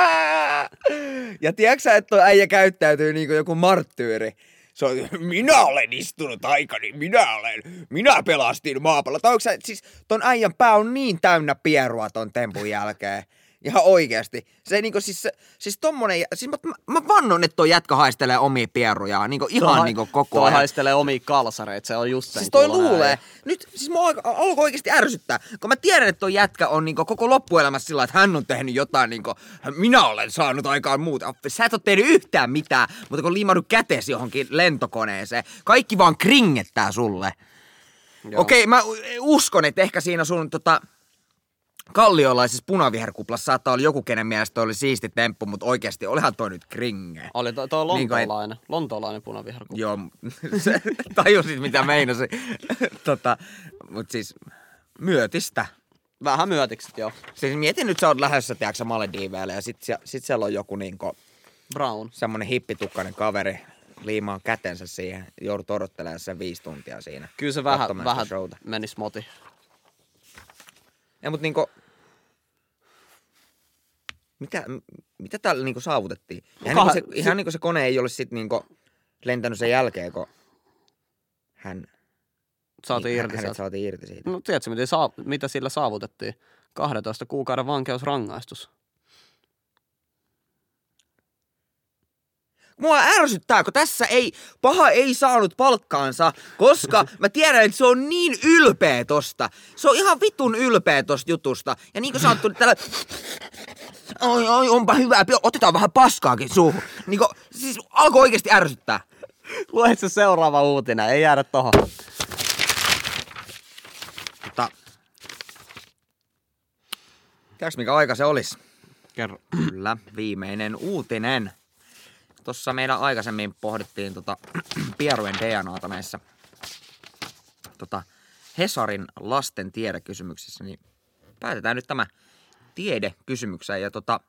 Ja tiedätkö sä, että toi äijä käyttäytyy niin kuin joku marttyyri? Se on, minä olen istunut aikani, minä olen, minä pelastin maapallon. Tai onko sä, siis ton äijän pää on niin täynnä pierua ton tempun jälkeen. Ihan oikeesti. Se niinku siis, se, siis tommonen, siis mä, mä vannon, että toi jätkä haistelee omia pierujaan, niinku ihan toi, niinku koko toi ajan. Toi haistelee omia kalsareita, se on just sen. Siis toi luulee. Nyt, siis mua alkoi oikeesti ärsyttää, kun mä tiedän, että toi jätkä on niinku koko loppuelämässä sillä, että hän on tehnyt jotain niinku, minä olen saanut aikaan muuta. Sä et oo tehnyt yhtään mitään, mutta kun liimannut kätesi johonkin lentokoneeseen, kaikki vaan kringettää sulle. Okei, okay, mä uskon, että ehkä siinä sun tota... kalliolaisessa punaviherkuplassa saattaa olla joku, kenen mielestä toi oli siisti temppu, mutta oikeasti olihan toi nyt kringe. Oli toi, toi lontoolainen, niin lontoolainen punaviherkupla. Joo, se, tajusit mitä meinasin. tota, mut siis myötistä. Vähän myötikset, joo. Siis mietin nyt, sä oot lähdössä, tiiäksä, Malediiveille ja sit, sit siellä on joku niinku... Brown. Semmonen hippitukkainen kaveri liimaa kätensä siihen. Joudut odottelemaan sen viisi tuntia siinä. Kyllä se vähän, vähän meni smoti. Ja mut niinku... Mitä, mitä täällä niinku saavutettiin? Ihan, Kah- niinku se, ihan niinku se kone ei ole sit niinku lentänyt sen jälkeen, kun hän... Saatiin niin, irti hänet saatiin irti siitä. No tiedätkö, mitä, saa, mitä sillä saavutettiin? kahdentoista kuukauden vankeusrangaistus. Mua ärsyttää, kun tässä ei, paha ei saanut palkkaansa, koska mä tiedän, että se on niin ylpeä tosta. Se on ihan vitun ylpeä tosta jutusta. Ja niin kuin sanottu, tällä... Oi, oi, onpa hyvä. Otetaan vähän paskaakin suuhun. Niin kuin, siis alkoi oikeesti ärsyttää. Luet se seuraava uutinen, ei jäädä tohon. Mutta... Tiedätkö mikä aika se olisi? Kerro. Kyllä, viimeinen uutinen. Tuossa meillä aikaisemmin pohdittiin tota, pierujen D N A:ta näissä tota, Hesarin lasten tiedekysymyksissä, niin päätetään nyt tämä tiedekysymykseen. Ja tota,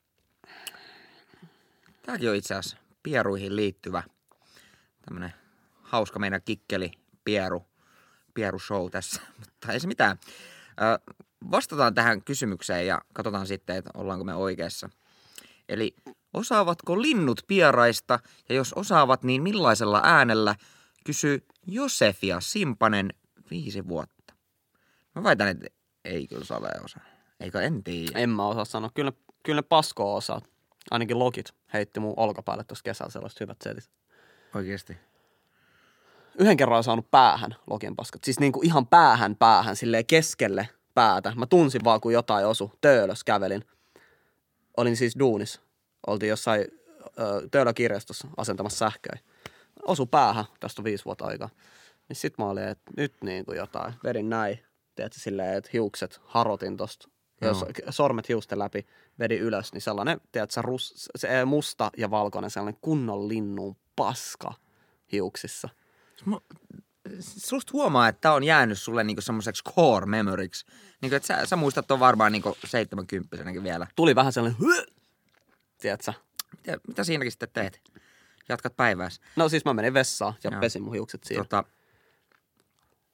tääkin on itse asiassa pieruihin liittyvä tämmönen hauska meidän kikkeli pieru, pieru-show tässä, mutta ei se mitään. Ö, vastataan tähän kysymykseen ja katsotaan sitten, että ollaanko me oikeassa. Eli osaavatko linnut pieraista, ja jos osaavat, niin millaisella äänellä, kysyy Josefia Simpanen viisi vuotta. Mä väitän, että ei kyllä Save osaa. Eikö, en tiedä. En mä osaa sanoa. Kyllä, kyllä ne paskoo osaa. Ainakin Lokit heitti mun olkapäälle tuossa kesällä sellaiset hyvät setit. Oikeesti? Yhden kerran on saanut päähän Lokin paskat. Siis niinku ihan päähän päähän, silleen keskelle päätä. Mä tunsin vaan, kun jotain osu. Töölös kävelin. Olin siis duunis. Oltiin jossain ö, Töölökirjastossa asentamassa sähköä. Osu päähän, tästä on viisi vuotta aikaa. Niin sit mä olin, että nyt niinku jotain. Vedin näin, tiedätkö, silleen, että hiukset harotin tosta. Jos sormet hiusten läpi vedin ylös, niin sellainen, tiedätkö, rus, se musta ja valkoinen sellainen kunnon linnun paska hiuksissa. Susta huomaa, että tää on jäänyt sulle niinku semmoiseksi core memoryksi. Niinku, että sä, sä muistat ton varmaan niinku seitsemänkymppisenäkin vielä. Tuli vähän sellainen, tiedätkö? Mitä, mitä siinäkin sitten teet? Jatkat päivääsi? No siis mä menin vessaan ja Joo. pesin mun hiukset siinä. Tota,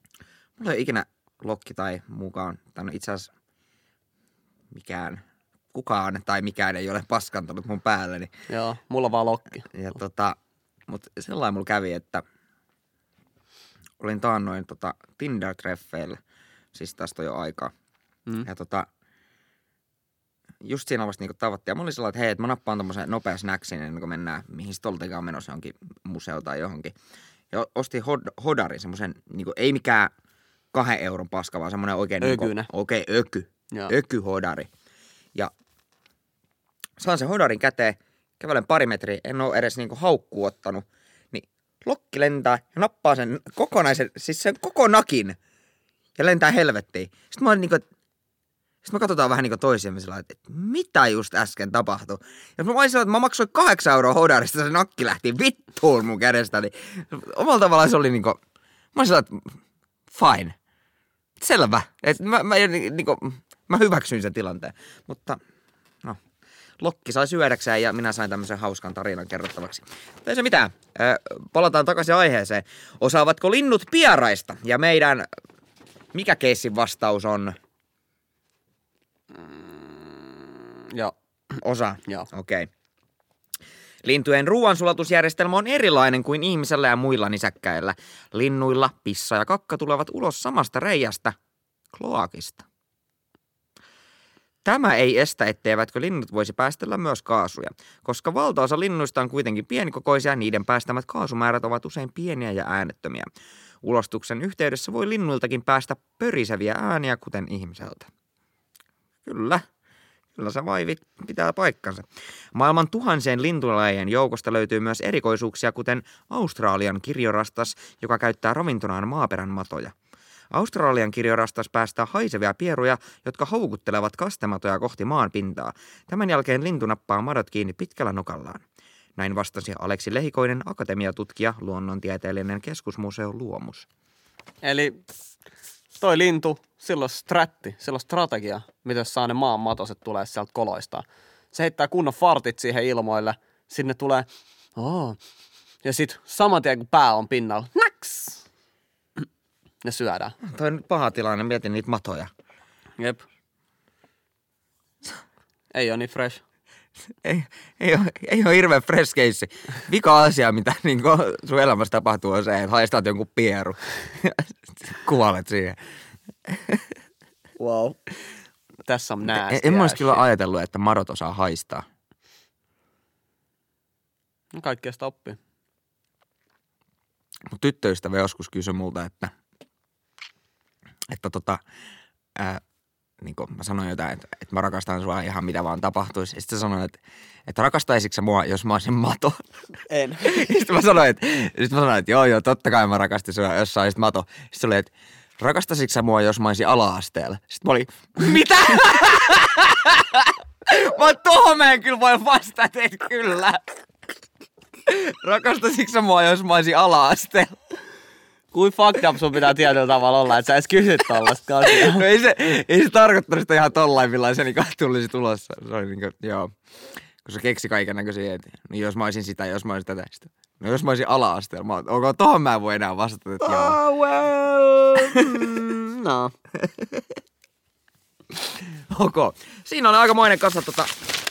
mulla ei ole ikinä Lokki tai mukaan, tai no itse asiassa mikään kukaan tai mikään ei ole paskantanut mun päälleni. Joo, mulla on vaan lokki. Ja tota, mut sellainen mulla kävi, että olin taannoin tota Tinder-treffeillä, siis tästä on jo aikaa. Mm. Ja tota, just siinä vasta niinku tavattiin. Ja mä olin sellainen, että hei, että mä nappaan tommosen nopean snacksin ennen kuin mennään, mihin sit oltiinkaan menossa johonkin museoon tai johonkin. Ja ostin hod, hodarin, semmosen, niinku ei mikään kahden euron paska, vaan semmonen oikein niinku, oikein öky. Joo. Ökyhodari. Ja saan sen hodarin käteen, kävelen pari metriä, en oo edes niinku haukkuu ottanut. Niin lokki lentää ja nappaa sen kokonaisen, siis sen koko nakin ja lentää helvettiin. Sitten mä olin niinku, sitten me katsotaan vähän niinku toisiamme sillä että mitä just äsken tapahtui. Ja mä olin sillä, että mä maksoin kahdeksan euroa hodarista, se nakki lähti vittuun mun kädestäni. Omalla tavallaan se oli niinku, mä olin sillä, että fine. Selvä. Et mä, mä, niinku, mä hyväksyin sen tilanteen. Mutta no, lokki sai syödäkseen ja minä sain tämmöisen hauskan tarinan kerrottavaksi. Mutta ei se mitään. Ö, palataan takaisin aiheeseen. Osaavatko linnut piaraista? Ja meidän, mikä keissin vastaus on? Mm, joo. Osa? Joo. Okei. Okay. Lintujen ruoansulatusjärjestelmä on erilainen kuin ihmisellä ja muilla nisäkkäillä. Linnuilla pissa ja kakka tulevat ulos samasta reiästä, kloakista. Tämä ei estä, etteivätkö linnut voisi päästellä myös kaasuja. Koska valtaosa linnuista on kuitenkin pienikokoisia, niiden päästämät kaasumäärät ovat usein pieniä ja äänettömiä. Ulostuksen yhteydessä voi linnuiltakin päästä pöriseviä ääniä, kuten ihmiseltä. Kyllä. Kyllä se vaivi pitää paikkansa. Maailman tuhansien lintulajien joukosta löytyy myös erikoisuuksia, kuten Australian kirjorastas, joka käyttää ravintonaan maaperän matoja. Australian kirjorastas päästää haisevia pieruja, jotka houkuttelevat kastematoja kohti maan pintaa. Tämän jälkeen lintu nappaa madot kiinni pitkällä nokallaan. Näin vastasi Aleksi Lehikoinen, akatemiatutkija, luonnontieteellinen keskusmuseo Luomus. Eli toi lintu, silloin stratti, silloin strategia, miten saa ne maan matoset tulee sieltä koloistaan. Se heittää kunnon fartit siihen ilmoille, sinne tulee, oh. Ja sit saman tien kun pää on pinnalla, naks! Ne syödään. Toi on nyt paha tilanne, mietin niitä matoja. Jep. Ei oo niin fresh. Ei, ei, ole, ei ole hirveän fresh case. Vika asia, mitä niin sun elämässä tapahtuu, on se, että haistat jonkun pieru. Kuvalet siihen. Wow. Tässä on näästiä. En, en mä olisi kyllä ajatellut, että madot osaa haistaa. Kaikkea sitä oppii. Mun tyttöystävä joskus kysyi multa, että, että tota, ää, niin kuin mä sanoin jotain, että, että mä rakastan sua ihan mitä vaan tapahtuisi. Ja sitten sanoin, että, että rakastaisitko sä mua, jos mä olisin mato? En. Sitten mä sanoin, että, sitten mä sanoin, että joo joo, totta kai mä rakastin sua, jos sä olisit mato. Sitten se oli, että rakastaisitko sä mua, jos mä olisin ala-asteella? Sitten mä olin, mitä? Mä tohon mä en kyllä voi vastata, että kyllä. Rakastaisitko sä mua, jos mä olisin ala-asteella? Kuin fucked up sun pitää tietyllä tavalla olla, että sä edes kysyt tollaista asiaa. No ei se, ei se tarkoittanut sitä ihan tollain, millainen se niinku tulisi tulossa. Se oli niinku, joo. Kun se keksi kaiken näköisiä, että niin jos mä olisin sitä, jos mä olisin tätä. Sitä. No jos mä olisin ala-asteella, mä oon, onko tohon mä en voi enää vastata, että joo. Oh well, mm, no. Ok. Siinä on aikamoinen kasa tota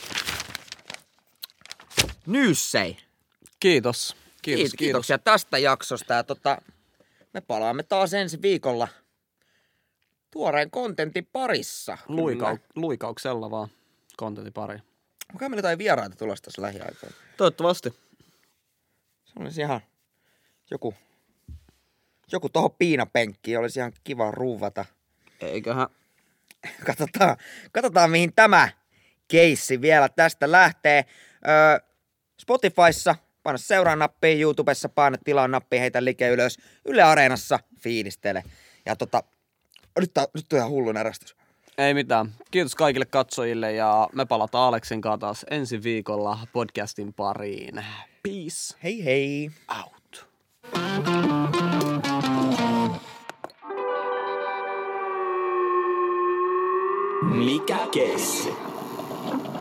nyyssei. Kiitos. Kiitos, Kiit, kiitos. Kiitoksia tästä jaksosta ja tota, me palaamme taas ensi viikolla tuoreen kontentin parissa. Luikau, luikauksella vaan kontentin pari. Onko meillä jotain vieraita tulossa tässä lähiaikoina? Toivottavasti. Se olisi ihan joku, joku tohon piinapenkkiin, olisi ihan kiva ruuvata. Eiköhän. Katsotaan, katsotaan mihin tämä keissi vielä tästä lähtee. Öö, Spotifyssa paina seuraa nappia, YouTubessa paina tilaa nappia, heitä like ylös. Yle Areenassa fiilistele. Ja tota, nyt, tää, nyt on ihan hullu närästys. Ei mitään. Kiitos kaikille katsojille ja me palataan Aleksin kanssa taas ensi viikolla podcastin pariin. Peace. Hei hei. Out. Mikä keissi?